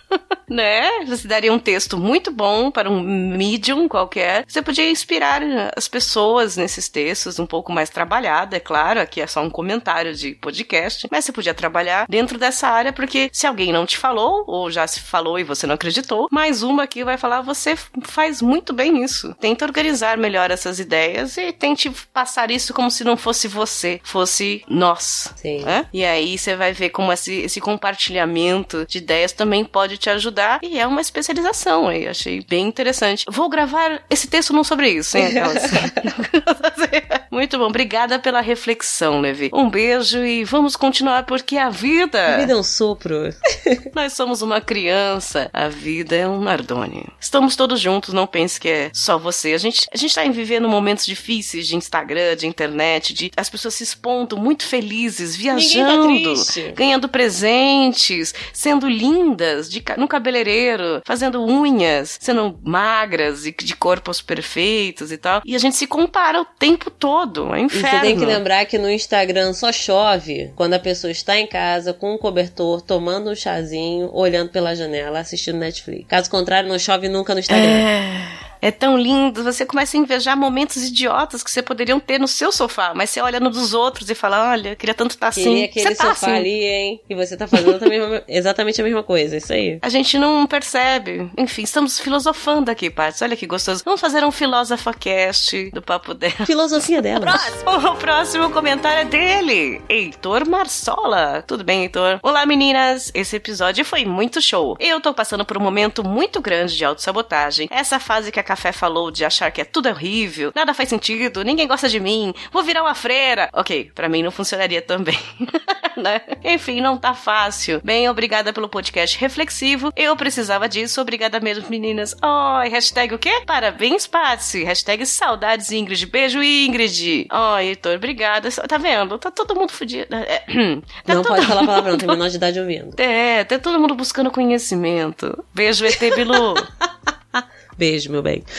Né? Você daria um texto muito bom para um medium qualquer. Você podia inspirar as pessoas nesses textos um pouco mais trabalhado, é claro, aqui é só um comentário de podcast, mas você podia trabalhar dentro dessa área, porque se alguém não te falou, ou já se falou e você não acreditou, mais uma aqui vai falar, você faz muito bem isso. Tenta organizar melhor essas ideias e tente passar isso como se não fosse você, fosse nós. Sim. Né? E aí você vai ver como esse, esse compartilhamento de ideias também pode te ajudar, e é uma especialização aí, achei bem interessante. Vou gravar esse texto não sobre isso, hein, aquelas. Muito bom, obrigada pela reflexão, Levi. Um beijo e vamos continuar, porque a vida... A vida é um sopro. Nós somos uma criança, a vida é um Nardone. Estamos todos juntos, não pense que é só você. A gente, a gente tá vivendo momentos difíceis de Instagram, de internet, de as pessoas se expondo muito felizes, viajando, tá ganhando presentes, sendo lindas, de no cabeleireiro, fazendo unhas, sendo magras e de corpos perfeitos e tal. E a gente se compara o tempo todo, é um inferno. E você tem que lembrar que no Instagram só chove quando a pessoa está em casa com um cobertor, tomando um chazinho, olhando pela janela, assistindo Netflix. Caso contrário, não chove nunca no Instagram. É... É tão lindo, você começa a invejar momentos idiotas que você poderiam ter no seu sofá, mas você olha no dos outros e fala, olha, queria tanto estar assim. Queria aquele você tá sofá assim. ali, hein? E você tá fazendo a mesma, exatamente a mesma coisa, isso aí. A gente não percebe. Enfim, estamos filosofando aqui, Paty. Olha que gostoso. Vamos fazer um filósofacast do Papo Dela. Filosofia dela. Próximo. O próximo comentário é dele, Heitor Marsola. Tudo bem, Heitor? Olá, meninas. Esse episódio foi muito show. Eu tô passando por um momento muito grande de autossabotagem. Essa fase que a Café falou de achar que é tudo horrível, nada faz sentido, ninguém gosta de mim, vou virar uma freira. Ok, pra mim não funcionaria também. Né? Enfim, não tá fácil. Bem, obrigada pelo podcast reflexivo. Eu precisava disso. Obrigada mesmo, meninas. Oh, hashtag o quê? Parabéns, Patsy. Hashtag saudades, Ingrid. Beijo, Ingrid. Oh, Heitor, obrigada. Tá vendo? Tá todo mundo fudido. É, tá não todo pode falar mundo... palavrão, tem menor de idade ouvindo. É, tá todo mundo buscando conhecimento. Beijo, E T Bilu. Beijo, meu bem.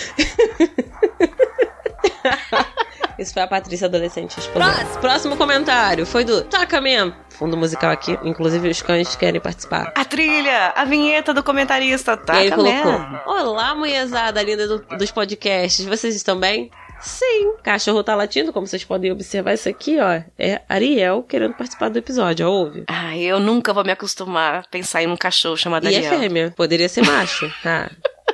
Isso foi a Patrícia adolescente respondendo. Próximo comentário foi do Taca mesmo. Fundo musical aqui, inclusive os cães querem participar. A trilha, a vinheta do comentarista. Taca e ele colocou: mesmo. Olá, mulherzada linda do, dos podcasts, vocês estão bem? Sim. Cachorro tá latindo, como vocês podem observar isso aqui, ó. É Ariel querendo participar do episódio, ó, ouve. Ai, eu nunca vou me acostumar a pensar em um cachorro chamado e Ariel. E é fêmea, poderia ser macho, tá?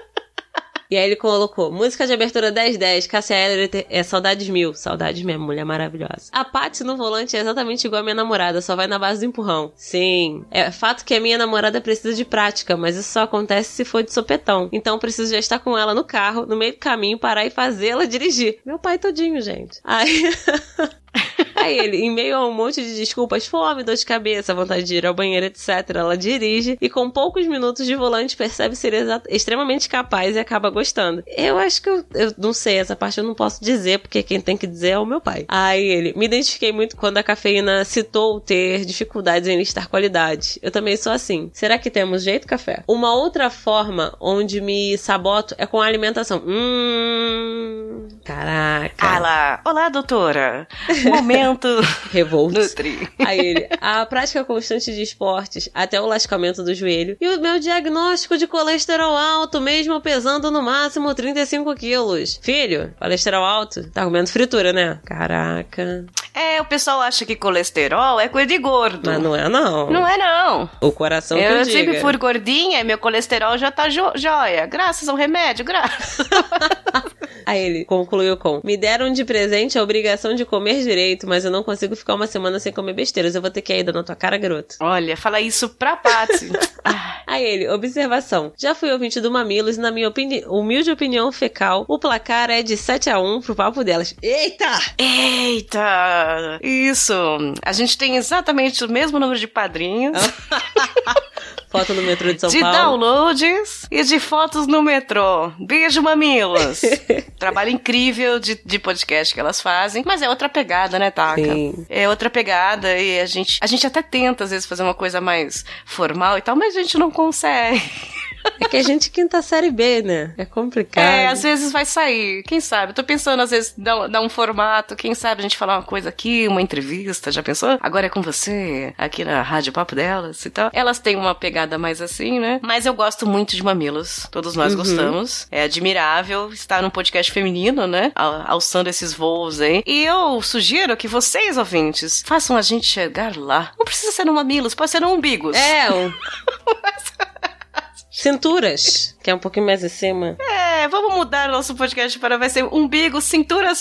E aí ele colocou, música de abertura dez dez, Cássia Eller, é Saudades Mil. Saudades mesmo, mulher maravilhosa. A Paty no volante é exatamente igual a minha namorada, só vai na base do empurrão. Sim. É fato que a minha namorada precisa de prática, mas isso só acontece se for de sopetão. Então preciso já estar com ela no carro, no meio do caminho, parar e fazê-la dirigir. Meu pai todinho, gente. Aí... Aí ele, em meio a um monte de desculpas, fome, dor de cabeça, vontade de ir ao banheiro, etcétera, ela dirige e com poucos minutos de volante percebe ser exa- extremamente capaz e acaba gostando. Eu acho que eu, eu não sei, essa parte eu não posso dizer, porque quem tem que dizer é o meu pai. Aí ele, me identifiquei muito quando a cafeína citou ter dificuldades em listar qualidades. Eu também sou assim. Será que temos jeito, Café? Uma outra forma onde me saboto é com a alimentação. Hum... Caraca. Ah lá. Olá, doutora. Momento revolto. Nutri. Aí ele, a prática constante de esportes até o lascamento do joelho e o meu diagnóstico de colesterol alto, mesmo pesando no máximo trinta e cinco quilos. Filho, colesterol alto? Tá comendo fritura, né? Caraca. É, o pessoal acha que colesterol é coisa de gordo. Mas não é, não. Não é, não. O coração eu que eu sempre diga. fui gordinha e meu colesterol já tá jo- jóia. Graças ao remédio, graças. Aí ele concluiu com, me deram de presente a obrigação de comer direito, mas eu não consigo ficar uma semana sem comer besteiras. Eu vou ter que ir na tua cara, garoto. Olha, fala isso pra Paty. Aí ele, observação. Já fui ouvinte do Mamilos e na minha opini- humilde opinião fecal, o placar é de sete a um pro Papo Delas. Eita! Eita! Isso! A gente tem exatamente o mesmo número de padrinhos. Foto no metrô de São de Paulo. De downloads e de fotos no metrô. Beijo, mamilos! Trabalho incrível de, de podcast que elas fazem, mas é outra pegada, né, Taka? Sim. É outra pegada e a gente, a gente até tenta, às vezes, fazer uma coisa mais formal e tal, mas a gente não consegue. É que a gente quinta série B, né? É complicado. É, às vezes vai sair. Quem sabe? Eu tô pensando, às vezes, dar, dar um formato. Quem sabe a gente falar uma coisa aqui, uma entrevista, já pensou? Agora é com você, aqui na Rádio Papo Delas e tal. Elas têm uma pegada mais assim, né? Mas eu gosto muito de Mamilos. Todos nós Uhum. gostamos. É admirável estar num podcast feminino, né? Al- alçando esses voos aí. E eu sugiro que vocês, ouvintes, façam a gente chegar lá. Não precisa ser no Mamilos, pode ser no Umbigos. É, um... Cinturas, que é um pouquinho mais acima. É, vamos mudar o nosso podcast para vai ser umbigo, cinturas.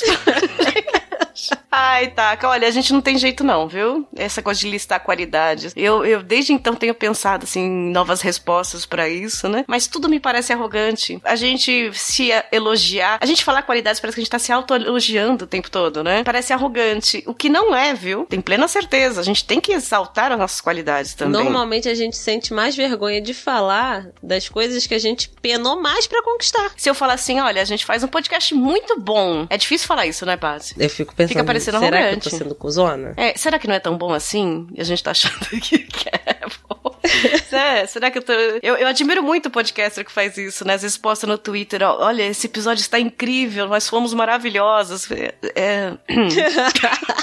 Ai, Taka, olha, a gente não tem jeito não, viu? Essa coisa de listar qualidades. Eu, eu desde então tenho pensado, assim, em novas respostas pra isso, né? Mas tudo me parece arrogante. A gente se elogiar, a gente falar qualidades parece que a gente tá se auto-elogiando o tempo todo, né? Parece arrogante. O que não é, viu? Tem plena certeza. A gente tem que exaltar as nossas qualidades também. Normalmente a gente sente mais vergonha de falar das coisas que a gente penou mais pra conquistar. Se eu falar assim, olha, a gente faz um podcast muito bom. É difícil falar isso, né, Paty? Eu fico pensando, Fica parecendo será arrogante. que eu tô sendo cuzona? É, será que não é tão bom assim? E a gente tá achando que, que é bom. É, será que eu tô... Eu, eu admiro muito o podcaster que faz isso, né? Às vezes posta no Twitter, ó, olha, esse episódio está incrível, nós fomos maravilhosos. É...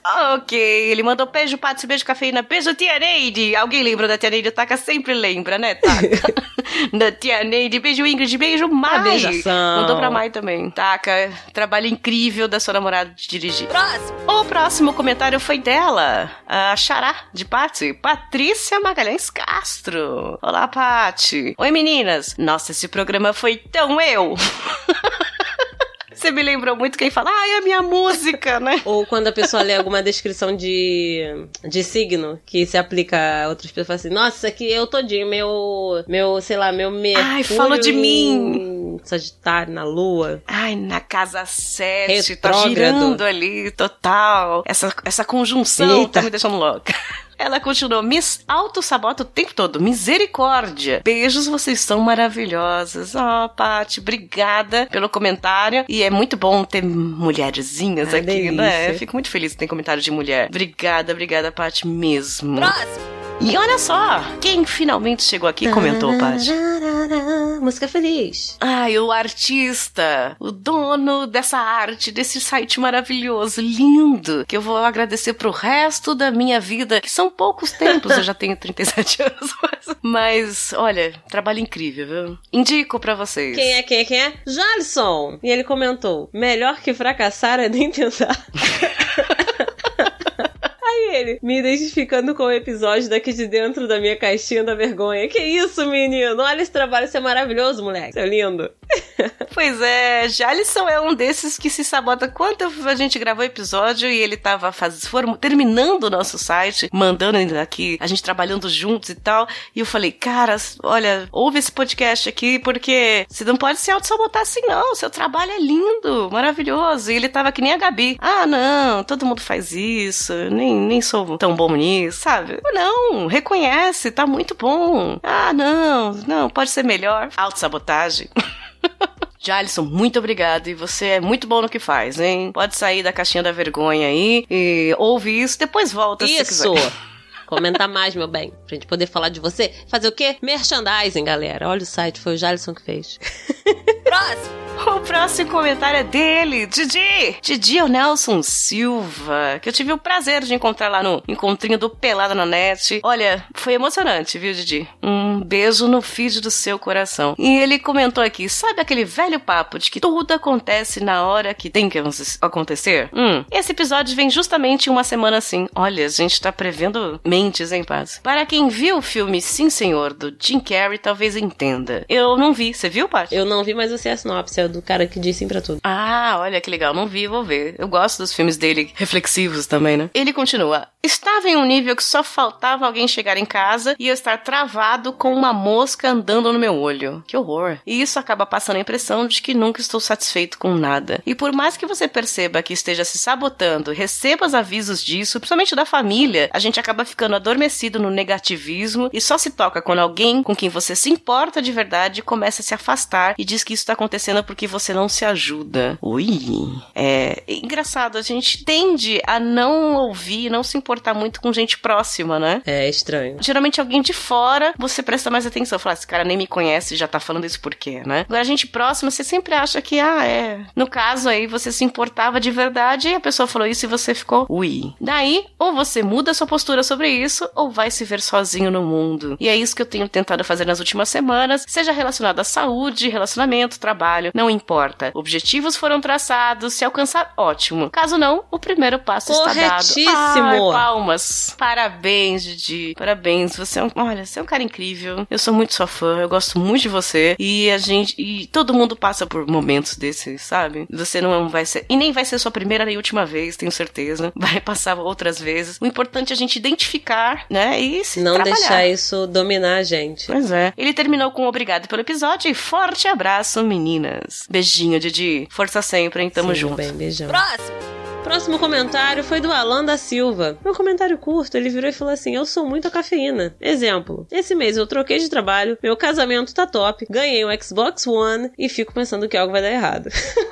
Ok, ele mandou beijo, Paty, beijo, cafeína, beijo, tia Neide. Alguém lembra da tia Neide? O Taka sempre lembra, né, Taka? Da tia Neide, beijo, Ingrid, beijo, Mai. A beijação. Mandou pra Mai também. Taka, trabalho incrível da sua namorada de dirigir. Próximo. O próximo comentário foi dela, a Xará de Paty, Patrícia Magalhães Castro. Olá, Paty. Oi, meninas. Nossa, esse programa foi tão eu. Você me lembrou muito quem fala, ai, é a minha música, né? Ou quando a pessoa lê alguma descrição de, de signo que se aplica a outras pessoas, fala assim, nossa, aqui eu todinho, meu, meu, sei lá, meu Mercúrio... Ai, falou de mim! Sagitário, na Lua. Ai, na casa sete, Retrógrado. tá girando ali, total. Essa, essa conjunção Eita. tá me deixando louca. Ela continuou, me auto-sabota o tempo todo, misericórdia. Beijos, vocês são maravilhosas. Ó, oh, Paty, obrigada pelo comentário. E é muito bom ter mulherzinhas ah, aqui, delícia. né? Eu fico muito feliz que tem comentário de mulher. Obrigada, obrigada, Paty, mesmo. Próximo. E olha só, quem finalmente chegou aqui e comentou, Paty. Música feliz. Ai, o artista, o dono dessa arte, desse site maravilhoso, lindo, que eu vou agradecer pro resto da minha vida, que são poucos tempos, eu já tenho trinta e sete anos, mas, mas olha, trabalho incrível, viu? Indico pra vocês. Quem é, quem é, quem é? Jalisson. E ele comentou, melhor que fracassar é nem tentar. Aí ele, me identificando com o episódio daqui de dentro da minha caixinha da vergonha. Que isso, menino? Olha esse trabalho, isso é maravilhoso, moleque. Seu lindo. Pois é, Jalisson é um desses que se sabota. Quando a gente gravou o episódio e ele tava faz, form, terminando o nosso site, mandando aqui, a gente trabalhando juntos e tal, e eu falei, cara, olha, ouve esse podcast aqui, porque você não pode se auto-sabotar assim não, seu trabalho é lindo, maravilhoso. E ele tava que nem a Gabi. Ah, não, todo mundo faz isso, nem, nem sou tão bom nisso, sabe? Não, reconhece, tá muito bom. Ah, não, não, pode ser melhor. Auto-sabotagem. Jalisson, muito obrigado. E você é muito bom no que faz, hein? Pode sair da caixinha da vergonha aí e ouve isso, depois volta se Isso! você quiser. Comenta mais, meu bem, pra gente poder falar de você. Fazer o quê? Merchandising, galera. Olha o site, foi o Jalisson que fez. Próximo. O próximo comentário é dele, Didi! Didi é o Nelson Silva, que eu tive o prazer de encontrar lá no encontrinho do Pelada na Net. Olha, foi emocionante, viu, Didi? Um beijo no feed do seu coração. E ele comentou aqui, sabe aquele velho papo de que tudo acontece na hora que tem que acontecer? Hum, esse episódio vem justamente uma semana assim. Olha, a gente tá prevendo mentes, hein, Paz? Para quem viu o filme Sim, Senhor, do Jim Carrey, talvez entenda. Eu não vi, você viu, Paty? Eu não vi, mas eu sei a sinopse, é do cara que diz sim pra tudo. Ah, olha que legal, não vi, vou ver. Eu gosto dos filmes dele, reflexivos também, né? Ele continua, estava em um nível que só faltava alguém chegar em casa e eu estar travado com uma mosca andando no meu olho. Que horror. E isso acaba passando a impressão de que nunca estou satisfeito com nada. E por mais que você perceba que esteja se sabotando, receba os avisos disso, principalmente da família, a gente acaba ficando adormecido no negativismo e só se toca quando alguém com quem você se importa de verdade começa a se afastar e diz que isso está acontecendo porque você não se ajuda. Ui. É engraçado, a gente tende a não ouvir, não se importar muito com gente próxima, né? É estranho. Geralmente alguém de fora, você presta mais atenção. Fala, esse cara nem me conhece, já tá falando isso por quê, né? Agora, a gente próxima, você sempre acha que, ah, é... No caso aí, você se importava de verdade e a pessoa falou isso e você ficou, ui. Daí, ou você muda sua postura sobre isso, ou vai se ver sozinho no mundo. E é isso que eu tenho tentado fazer nas últimas semanas, seja relacionado à saúde, relacionamento, trabalho, não importa. Objetivos foram traçados, se alcançar, ótimo. Caso não, o primeiro passo está dado. Corretíssimo! Ai, palmas. Parabéns, Didi. Parabéns. Você é um, olha, você é um cara incrível. Eu sou muito sua fã, eu gosto muito de você. E a gente, e todo mundo passa por momentos desses, sabe? Você não vai ser, e nem vai ser sua primeira nem última vez, tenho certeza. Vai passar outras vezes. O importante é a gente identificar, né? E se não trabalhar. Deixar isso dominar a gente. Pois é. Ele terminou com obrigado pelo episódio e forte abraço, meninas. Beijinho, Didi. Força sempre, hein? Tamo Sim, junto. Bem, beijão. Próximo. Próximo comentário foi do Alan da Silva. Meu comentário curto, ele virou e falou assim, eu sou muito a cafeína. Exemplo, esse mês eu troquei de trabalho, meu casamento tá top, ganhei um Xbox One e fico pensando que algo vai dar errado.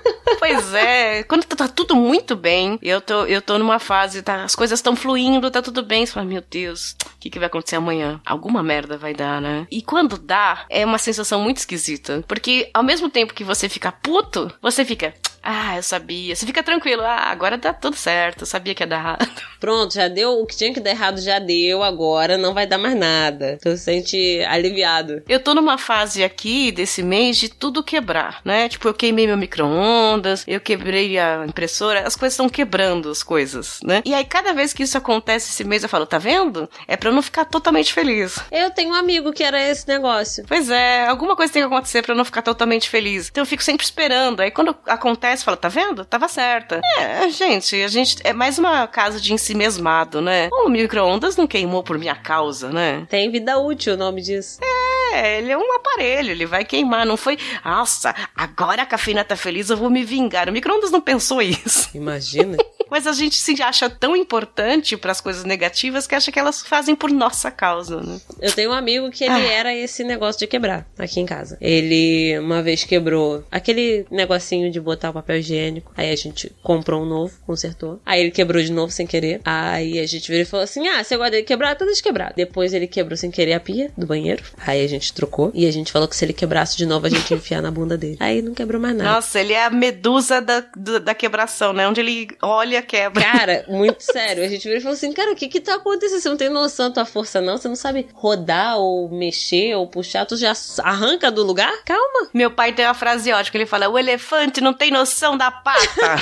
Pois é, quando tá tudo muito bem, eu tô, eu tô numa fase, tá, as coisas estão fluindo, tá tudo bem, você fala, meu Deus, o que que vai acontecer amanhã? Alguma merda vai dar, né? E quando dá, é uma sensação muito esquisita, porque ao mesmo tempo que você fica puto, você fica, Ah, eu sabia. Você fica tranquilo. Ah, agora tá tudo certo. Eu sabia que ia dar errado. Pronto, já deu. O que tinha que dar errado já deu. Agora não vai dar mais nada. Então se sente aliviado. Eu tô numa fase aqui, desse mês, de tudo quebrar, né? Tipo, eu queimei meu micro-ondas, eu quebrei a impressora. As coisas estão quebrando as coisas, né? E aí, cada vez que isso acontece esse mês, eu falo, tá vendo? É pra eu não ficar totalmente feliz. Eu tenho um amigo que era esse negócio. Pois é, alguma coisa tem que acontecer pra eu não ficar totalmente feliz. Então eu fico sempre esperando. Aí quando acontece, eu falo, tá vendo? Tava certa. É, gente, a gente é mais uma casa de ensimesmado, né? O micro-ondas não queimou por minha causa, né? Tem vida útil o nome disso. É, ele é um aparelho, ele vai queimar. Não foi, nossa, agora a cafeína tá feliz, eu vou me vingar. O micro-ondas não pensou isso. Imagina. Mas a gente se acha tão importante pras coisas negativas que acha que elas fazem por nossa causa, né? Eu tenho um amigo que ele Ah. era esse negócio de quebrar aqui em casa. Ele uma vez quebrou aquele negocinho de botar o papel higiênico. Aí a gente comprou um novo, consertou. Aí ele quebrou de novo sem querer. Aí a gente virou e falou assim, ah, você gosta de quebrar? Tá, deixa quebrar. Depois ele quebrou sem querer a pia do banheiro. Aí a gente trocou. E a gente falou que se ele quebrasse de novo, a gente ia enfiar na bunda dele. Aí não quebrou mais nada. Nossa, ele é a medusa da, do- da quebração, né? Onde ele olha, quebra. Cara, muito sério. A gente virou e falou assim, cara, o que que tá acontecendo? Você não tem noção da tua força, não? Você não sabe rodar ou mexer ou puxar? Tu já arranca do lugar? Calma. Meu pai tem uma frase ótima, ele fala, o elefante não tem noção da pata.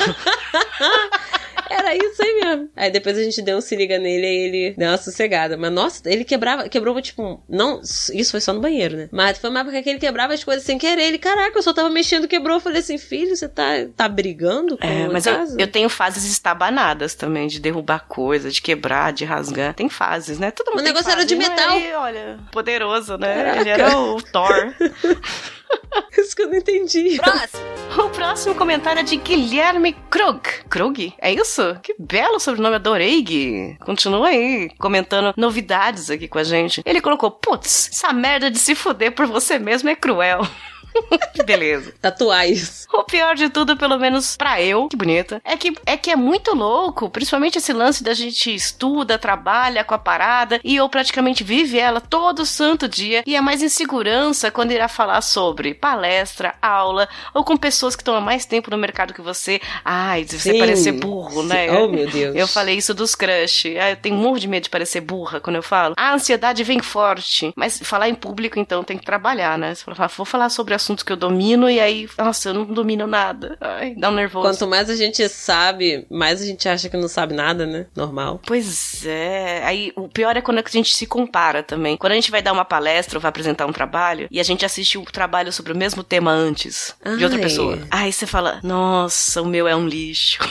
Era isso aí mesmo. Aí depois a gente deu um se liga nele e ele deu uma sossegada. Mas nossa, ele quebrava, quebrou tipo, não, isso foi só no banheiro, né? Mas foi uma época que ele quebrava as coisas sem querer. Ele, caraca, eu só tava mexendo, quebrou. Eu falei assim, filho, você tá, tá brigando com É, a mas eu, casa? eu tenho fases estabanadas também, de derrubar coisa, de quebrar, de rasgar. Tem fases, né? Todo mundo O tem negócio era fase, de metal. Ele, olha, poderoso, né? Caraca. Ele era o Thor. Isso que eu não entendi. Próximo. O próximo comentário é de Guilherme Krug. Krug? É isso? Que belo sobrenome, adorei, Gui. Continua aí comentando novidades aqui com a gente. Ele colocou, putz, essa merda de se fuder por você mesmo é cruel. Que beleza. Tatuar isso. O pior de tudo, pelo menos pra eu, que bonita, é que, é que é muito louco, principalmente esse lance da gente estuda, trabalha com a parada e ou praticamente vive ela todo santo dia e é mais insegurança quando irá falar sobre palestra, aula ou com pessoas que estão há mais tempo no mercado que você. Ai, de você Sim. parecer burro, né? Oh, meu Deus. Eu falei isso dos crush. Ah, eu tenho um monte de medo de parecer burra quando eu falo. A ansiedade vem forte, mas falar em público, então, tem que trabalhar, né? Você fala, vou falar sobre assuntos que eu domino e aí, nossa, eu não domino nada. Ai, dá um nervoso. Quanto mais a gente sabe, mais a gente acha que não sabe nada, né? Normal. Pois é. Aí, o pior é quando a gente se compara também. Quando a gente vai dar uma palestra ou vai apresentar um trabalho e a gente assiste um trabalho sobre o mesmo tema antes de outra Ai. pessoa. Aí você fala, nossa, o meu é um lixo.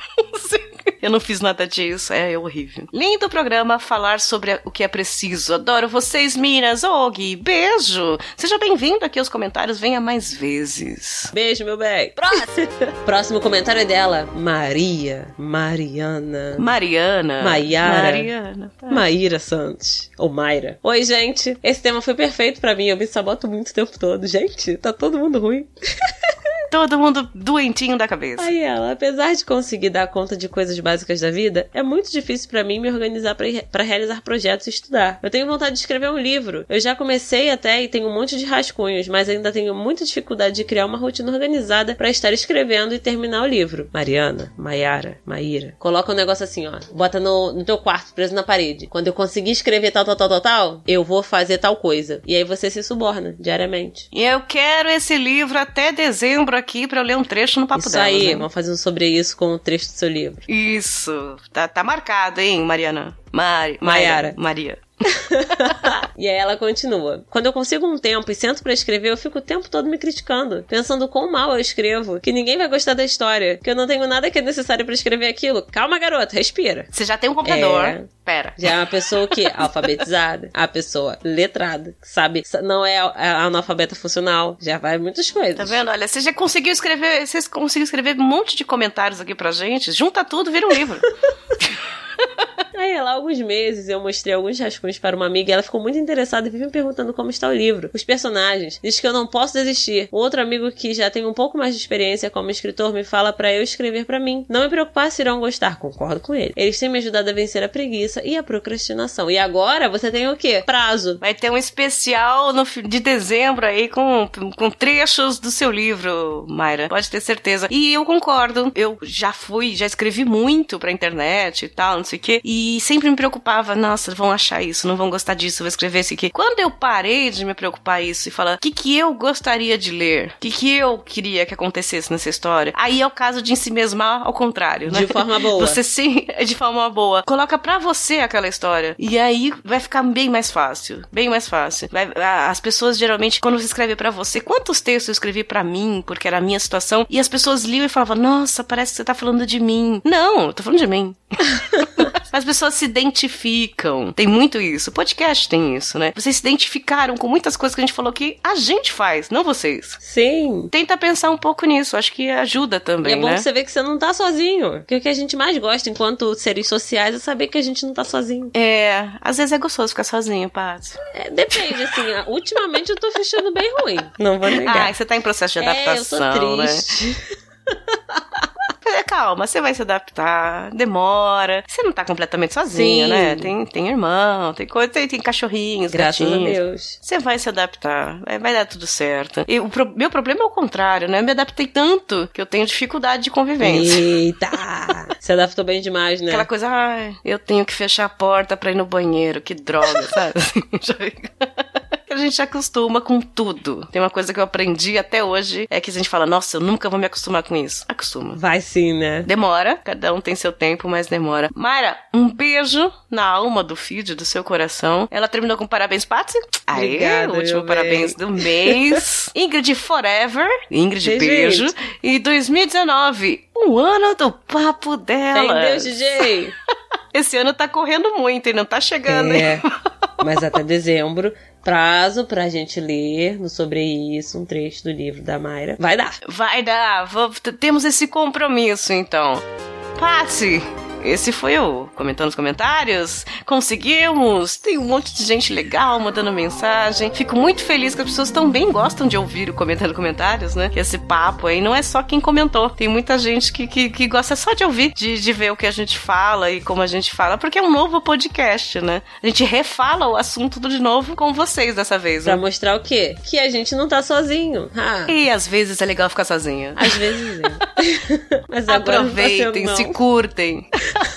Eu não fiz nada disso, é horrível. Lindo programa, falar sobre o que é preciso. Adoro vocês, Minas. Ô, Gui, beijo. Seja bem-vindo aqui aos comentários, venha mais vezes. Beijo, meu bem. Próximo. Próximo comentário é dela. Maria. Mariana. Mariana. Maiara. Mariana. Tá. Maíra Santos. Ou Mayra. Oi, gente. Esse tema foi perfeito pra mim. Eu me saboto muito o tempo todo. Gente, tá todo mundo ruim. Todo mundo doentinho da cabeça. Aí ela, apesar de conseguir dar conta de coisas básicas da vida, é muito difícil pra mim me organizar pra, pra realizar projetos e estudar. Eu tenho vontade de escrever um livro. Eu já comecei até e tenho um monte de rascunhos, mas ainda tenho muita dificuldade de criar uma rotina organizada pra estar escrevendo e terminar o livro. Mariana, Maiara, Maíra. Coloca um negócio assim, ó. Bota no, no teu quarto, preso na parede. Quando eu conseguir escrever tal, tal, tal, tal, tal, eu vou fazer tal coisa. E aí você se suborna, diariamente. E eu quero esse livro até dezembro aqui pra eu ler um trecho no Papo Isso Delas, aí, né? vamos fazer um sobre isso com o trecho do seu livro. Isso. Tá, tá marcado, hein, Mariana? Mari, Maiara. Maria. E aí ela continua. Quando eu consigo um tempo e sento pra escrever, eu fico o tempo todo me criticando, pensando quão mal eu escrevo, que ninguém vai gostar da história, que eu não tenho nada que é necessário pra escrever aquilo. Calma, garota, respira. Você já tem um computador. É. Pera. Já é uma pessoa que é alfabetizada, a pessoa letrada, que sabe, não é analfabeta funcional, já vai muitas coisas. Tá vendo? Olha, você já conseguiu escrever, você conseguiu escrever um monte de comentários aqui pra gente, junta tudo, vira um livro. Aí Aí, lá alguns meses, eu mostrei alguns rascunhos para uma amiga e ela ficou muito interessada e vive me perguntando como está o livro. Os personagens. Diz que eu não posso desistir. Um outro amigo que já tem um pouco mais de experiência como escritor me fala para eu escrever para mim. Não me preocupar se irão gostar. Concordo com ele. Eles têm me ajudado a vencer a preguiça e a procrastinação. E agora você tem o quê? Prazo. Vai ter um especial no, de dezembro aí com, com trechos do seu livro, Mayra. Pode ter certeza. E eu concordo. Eu já fui, já escrevi muito pra internet e tal, não sei o quê. E sempre me preocupava. Nossa, vão achar isso, não vão gostar disso, vou escrever isso aqui. Quando eu parei de me preocupar isso e falar o que, que eu gostaria de ler, o que, que eu queria que acontecesse nessa história, aí é o caso de si mesmar ao contrário, né? De forma boa. Você sim, de forma boa. Coloca pra você aquela história. E aí vai ficar bem mais fácil. Bem mais fácil. Vai, as pessoas geralmente, quando você escreve pra você, quantos textos eu escrevi pra mim, porque era a minha situação, e as pessoas liam e falavam, nossa, parece que você tá falando de mim. Não, eu tô falando de mim. As pessoas se identificam. Tem muito isso. O podcast tem isso, né? Vocês se identificaram com muitas coisas que a gente falou que a gente faz, não vocês. Sim. Tenta pensar um pouco nisso. Acho que ajuda também, e é bom né? que você vê que você não tá sozinho. Porque o que a gente mais gosta enquanto seres sociais é saber que a gente não tá sozinho. É, às vezes é gostoso ficar sozinho, Paty. É, depende, assim. Ultimamente eu tô fechando bem ruim. Não vou negar. Ah, você tá em processo de adaptação, é, eu tô triste. né? Calma, você vai se adaptar, demora. Você não tá completamente sozinho, Sim. né? Tem, tem irmão, tem coisa, tem, tem cachorrinhos, Graças gatinhos. a Deus. Você vai se adaptar, vai, vai dar tudo certo. E o pro, meu problema é o contrário, né? Eu me adaptei tanto que eu tenho dificuldade de convivência. Eita! Se adaptou bem demais, né? Aquela coisa, ai, eu tenho que fechar a porta pra ir no banheiro, que droga, sabe? Já fica... A gente acostuma com tudo. Tem uma coisa que eu aprendi até hoje, é que a gente fala, nossa, eu nunca vou me acostumar com isso. Acostuma. Vai sim, né? Demora, cada um tem seu tempo, mas demora. Mayra, um beijo na alma do feed, do seu coração. Ela terminou com parabéns, Paty. Aê, Obrigada, o último meu parabéns bem. do mês. Ingrid Forever. Ingrid, Beijo, beijo. E dois mil e dezenove, o ano do papo dela. Tem Deus, D J. Esse ano tá correndo muito e não tá chegando, hein? É, mas até dezembro, prazo pra gente ler no sobre isso, um trecho do livro da Mayra. Vai dar. Vai dar. Vou, temos esse compromisso, então. Paty, esse foi o Comentando nos Comentários. Conseguimos! Tem um monte de gente legal mandando mensagem. Fico muito feliz que as pessoas também gostam de ouvir o Comentando Comentários, né? Que esse papo aí não é só quem comentou. Tem muita gente que, que, que gosta só de ouvir, de, de ver o que a gente fala e como a gente fala, porque é um novo podcast, né? A gente refala o assunto de novo com vocês dessa vez, Pra né? mostrar o quê? Que a gente não tá sozinho. Ah, E às vezes é legal ficar sozinha. às vezes é. Mas agora Aproveitem, não tá se sendo, não. curtem.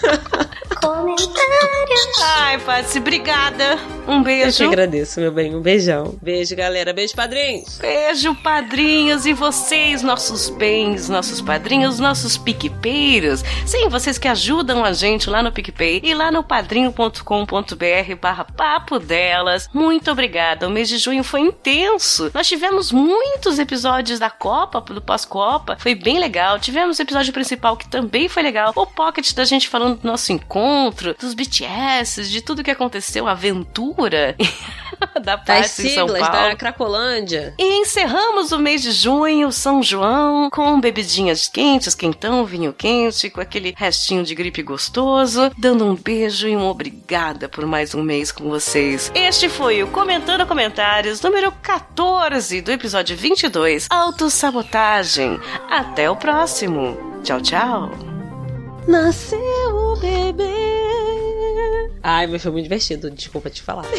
Comentários. Ai, Paty, obrigada. Um Eu beijo. te agradeço, meu bem. Um beijão. Beijo, galera. Beijo, padrinhos. Beijo, padrinhos, e vocês, nossos bens, nossos padrinhos, nossos PicPeiros. Sim, vocês que ajudam a gente lá no PicPay e lá no padrinho ponto com ponto br barra papo delas. Muito obrigada. O mês de junho foi intenso. Nós tivemos muitos episódios da Copa, do pós-Copa. Foi bem legal. Tivemos o episódio principal que também foi legal. O pocket da gente falando do nosso encontro, dos B T S, de tudo que aconteceu, a aventura da Das Paty em São siglas Paulo. da Cracolândia. E encerramos o mês de junho, São João, com bebidinhas quentes, quentão, vinho quente, com aquele restinho de gripe gostoso, dando um beijo e um obrigada por mais um mês com vocês. Este foi o Comentando Comentários, número quatorze do episódio vinte e dois, Autossabotagem. Até o próximo. Tchau, tchau. Nasceu o bebê. Ai, mas foi muito divertido. Desculpa te falar.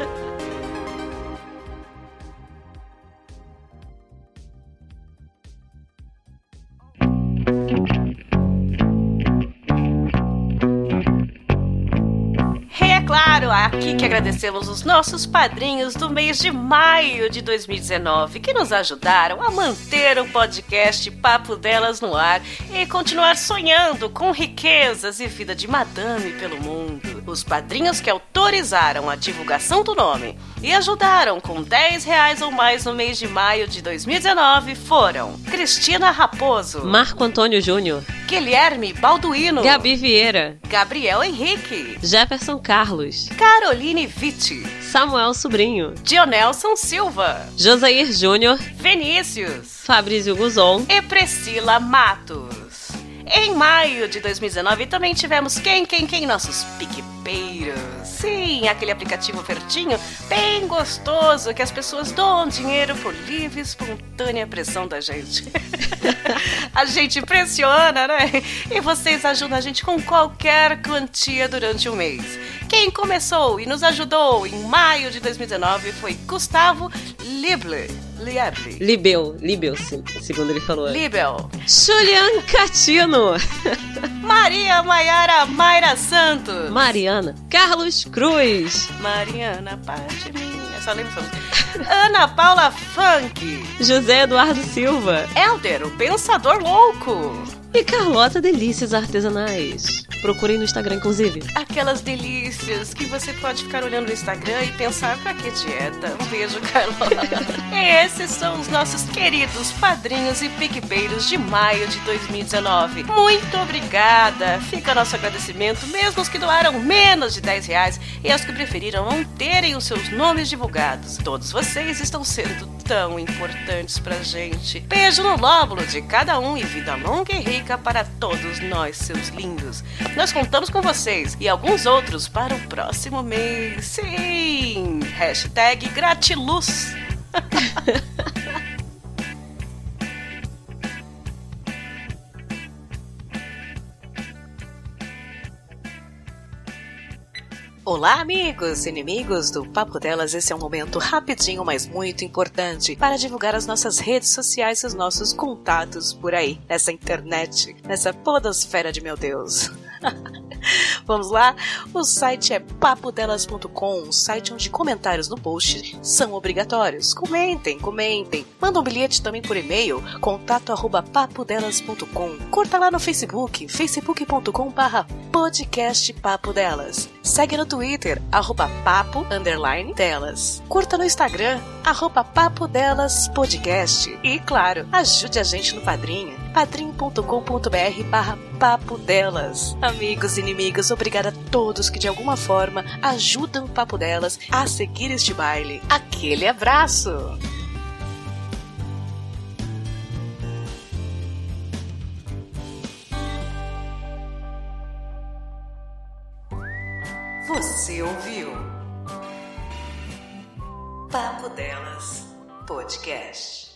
É claro, aqui que agradecemos os nossos padrinhos do mês de maio de dois mil e dezenove, que nos ajudaram a manter o podcast Papo Delas no ar e continuar sonhando com riquezas e vida de madame pelo mundo. Os padrinhos que autorizaram a divulgação do nome e ajudaram com dez reais ou mais no mês de maio de dois mil e dezenove foram Cristina Raposo, Marco Antônio Júnior, Guilherme Balduino, Gabi Vieira, Gabriel Henrique, Jefferson Carlos, Caroline Vitti, Samuel Sobrinho, Dionelson Silva, Josair Júnior, Vinícius Fabrício Guzon, e Priscila Matos. Em maio de dois mil e dezenove também tivemos quem, quem, quem? Nossos PicPeiros. Sim, aquele aplicativo verdinho bem gostoso que as pessoas doam dinheiro por livre e espontânea pressão da gente. A gente pressiona, né? E vocês ajudam a gente com qualquer quantia durante o mês. Quem começou e nos ajudou em maio de dois mil e dezenove foi Gustavo Lible. Lieble. Libel, Libel, segundo ele falou. Libel. Julian Catino. Maria Maiara Mayra Santos. Mariana Carlos Cruz. Mariana Parte Minha. Só lembro. Ana Paula Funk. José Eduardo Silva. Helder, o Pensador Louco. E Carlota Delícias Artesanais. Procurem no Instagram, inclusive. Aquelas delícias que você pode ficar olhando no Instagram e pensar, pra que dieta? Um beijo, Carlota. Esses são os nossos queridos padrinhos e PicPeiros de maio de dois mil e dezenove. Muito obrigada. Fica nosso agradecimento, mesmo os que doaram menos de dez reais e aos que preferiram não terem os seus nomes divulgados. Todos vocês estão sendo tão importantes pra gente. Beijo no lóbulo de cada um e vida longa e rica para todos nós, seus lindos. Nós contamos com vocês e alguns outros para o próximo mês. Sim! Hashtag gratiluz. Olá, amigos e inimigos do Papo Delas. Esse é um momento rapidinho, mas muito importante para divulgar as nossas redes sociais e os nossos contatos por aí, nessa internet, nessa podosfera de meu Deus. Vamos lá? O site é papo delas ponto com, um site onde comentários no post são obrigatórios. Comentem, comentem. Manda um bilhete também por e-mail, contato arroba papo delas ponto com. Curta lá no Facebook, facebook ponto com barra podcast Papo Delas. Segue no Twitter, arroba papo, underline, delas. Curta no Instagram, arroba papo delas podcast. E, claro, ajude a gente no Padrinho, padrim ponto com ponto br barra papo delas. Amigos e inimigos, obrigada a todos que de alguma forma ajudam o Papo Delas a seguir este baile. Aquele abraço! Você ouviu Papo Delas Podcast.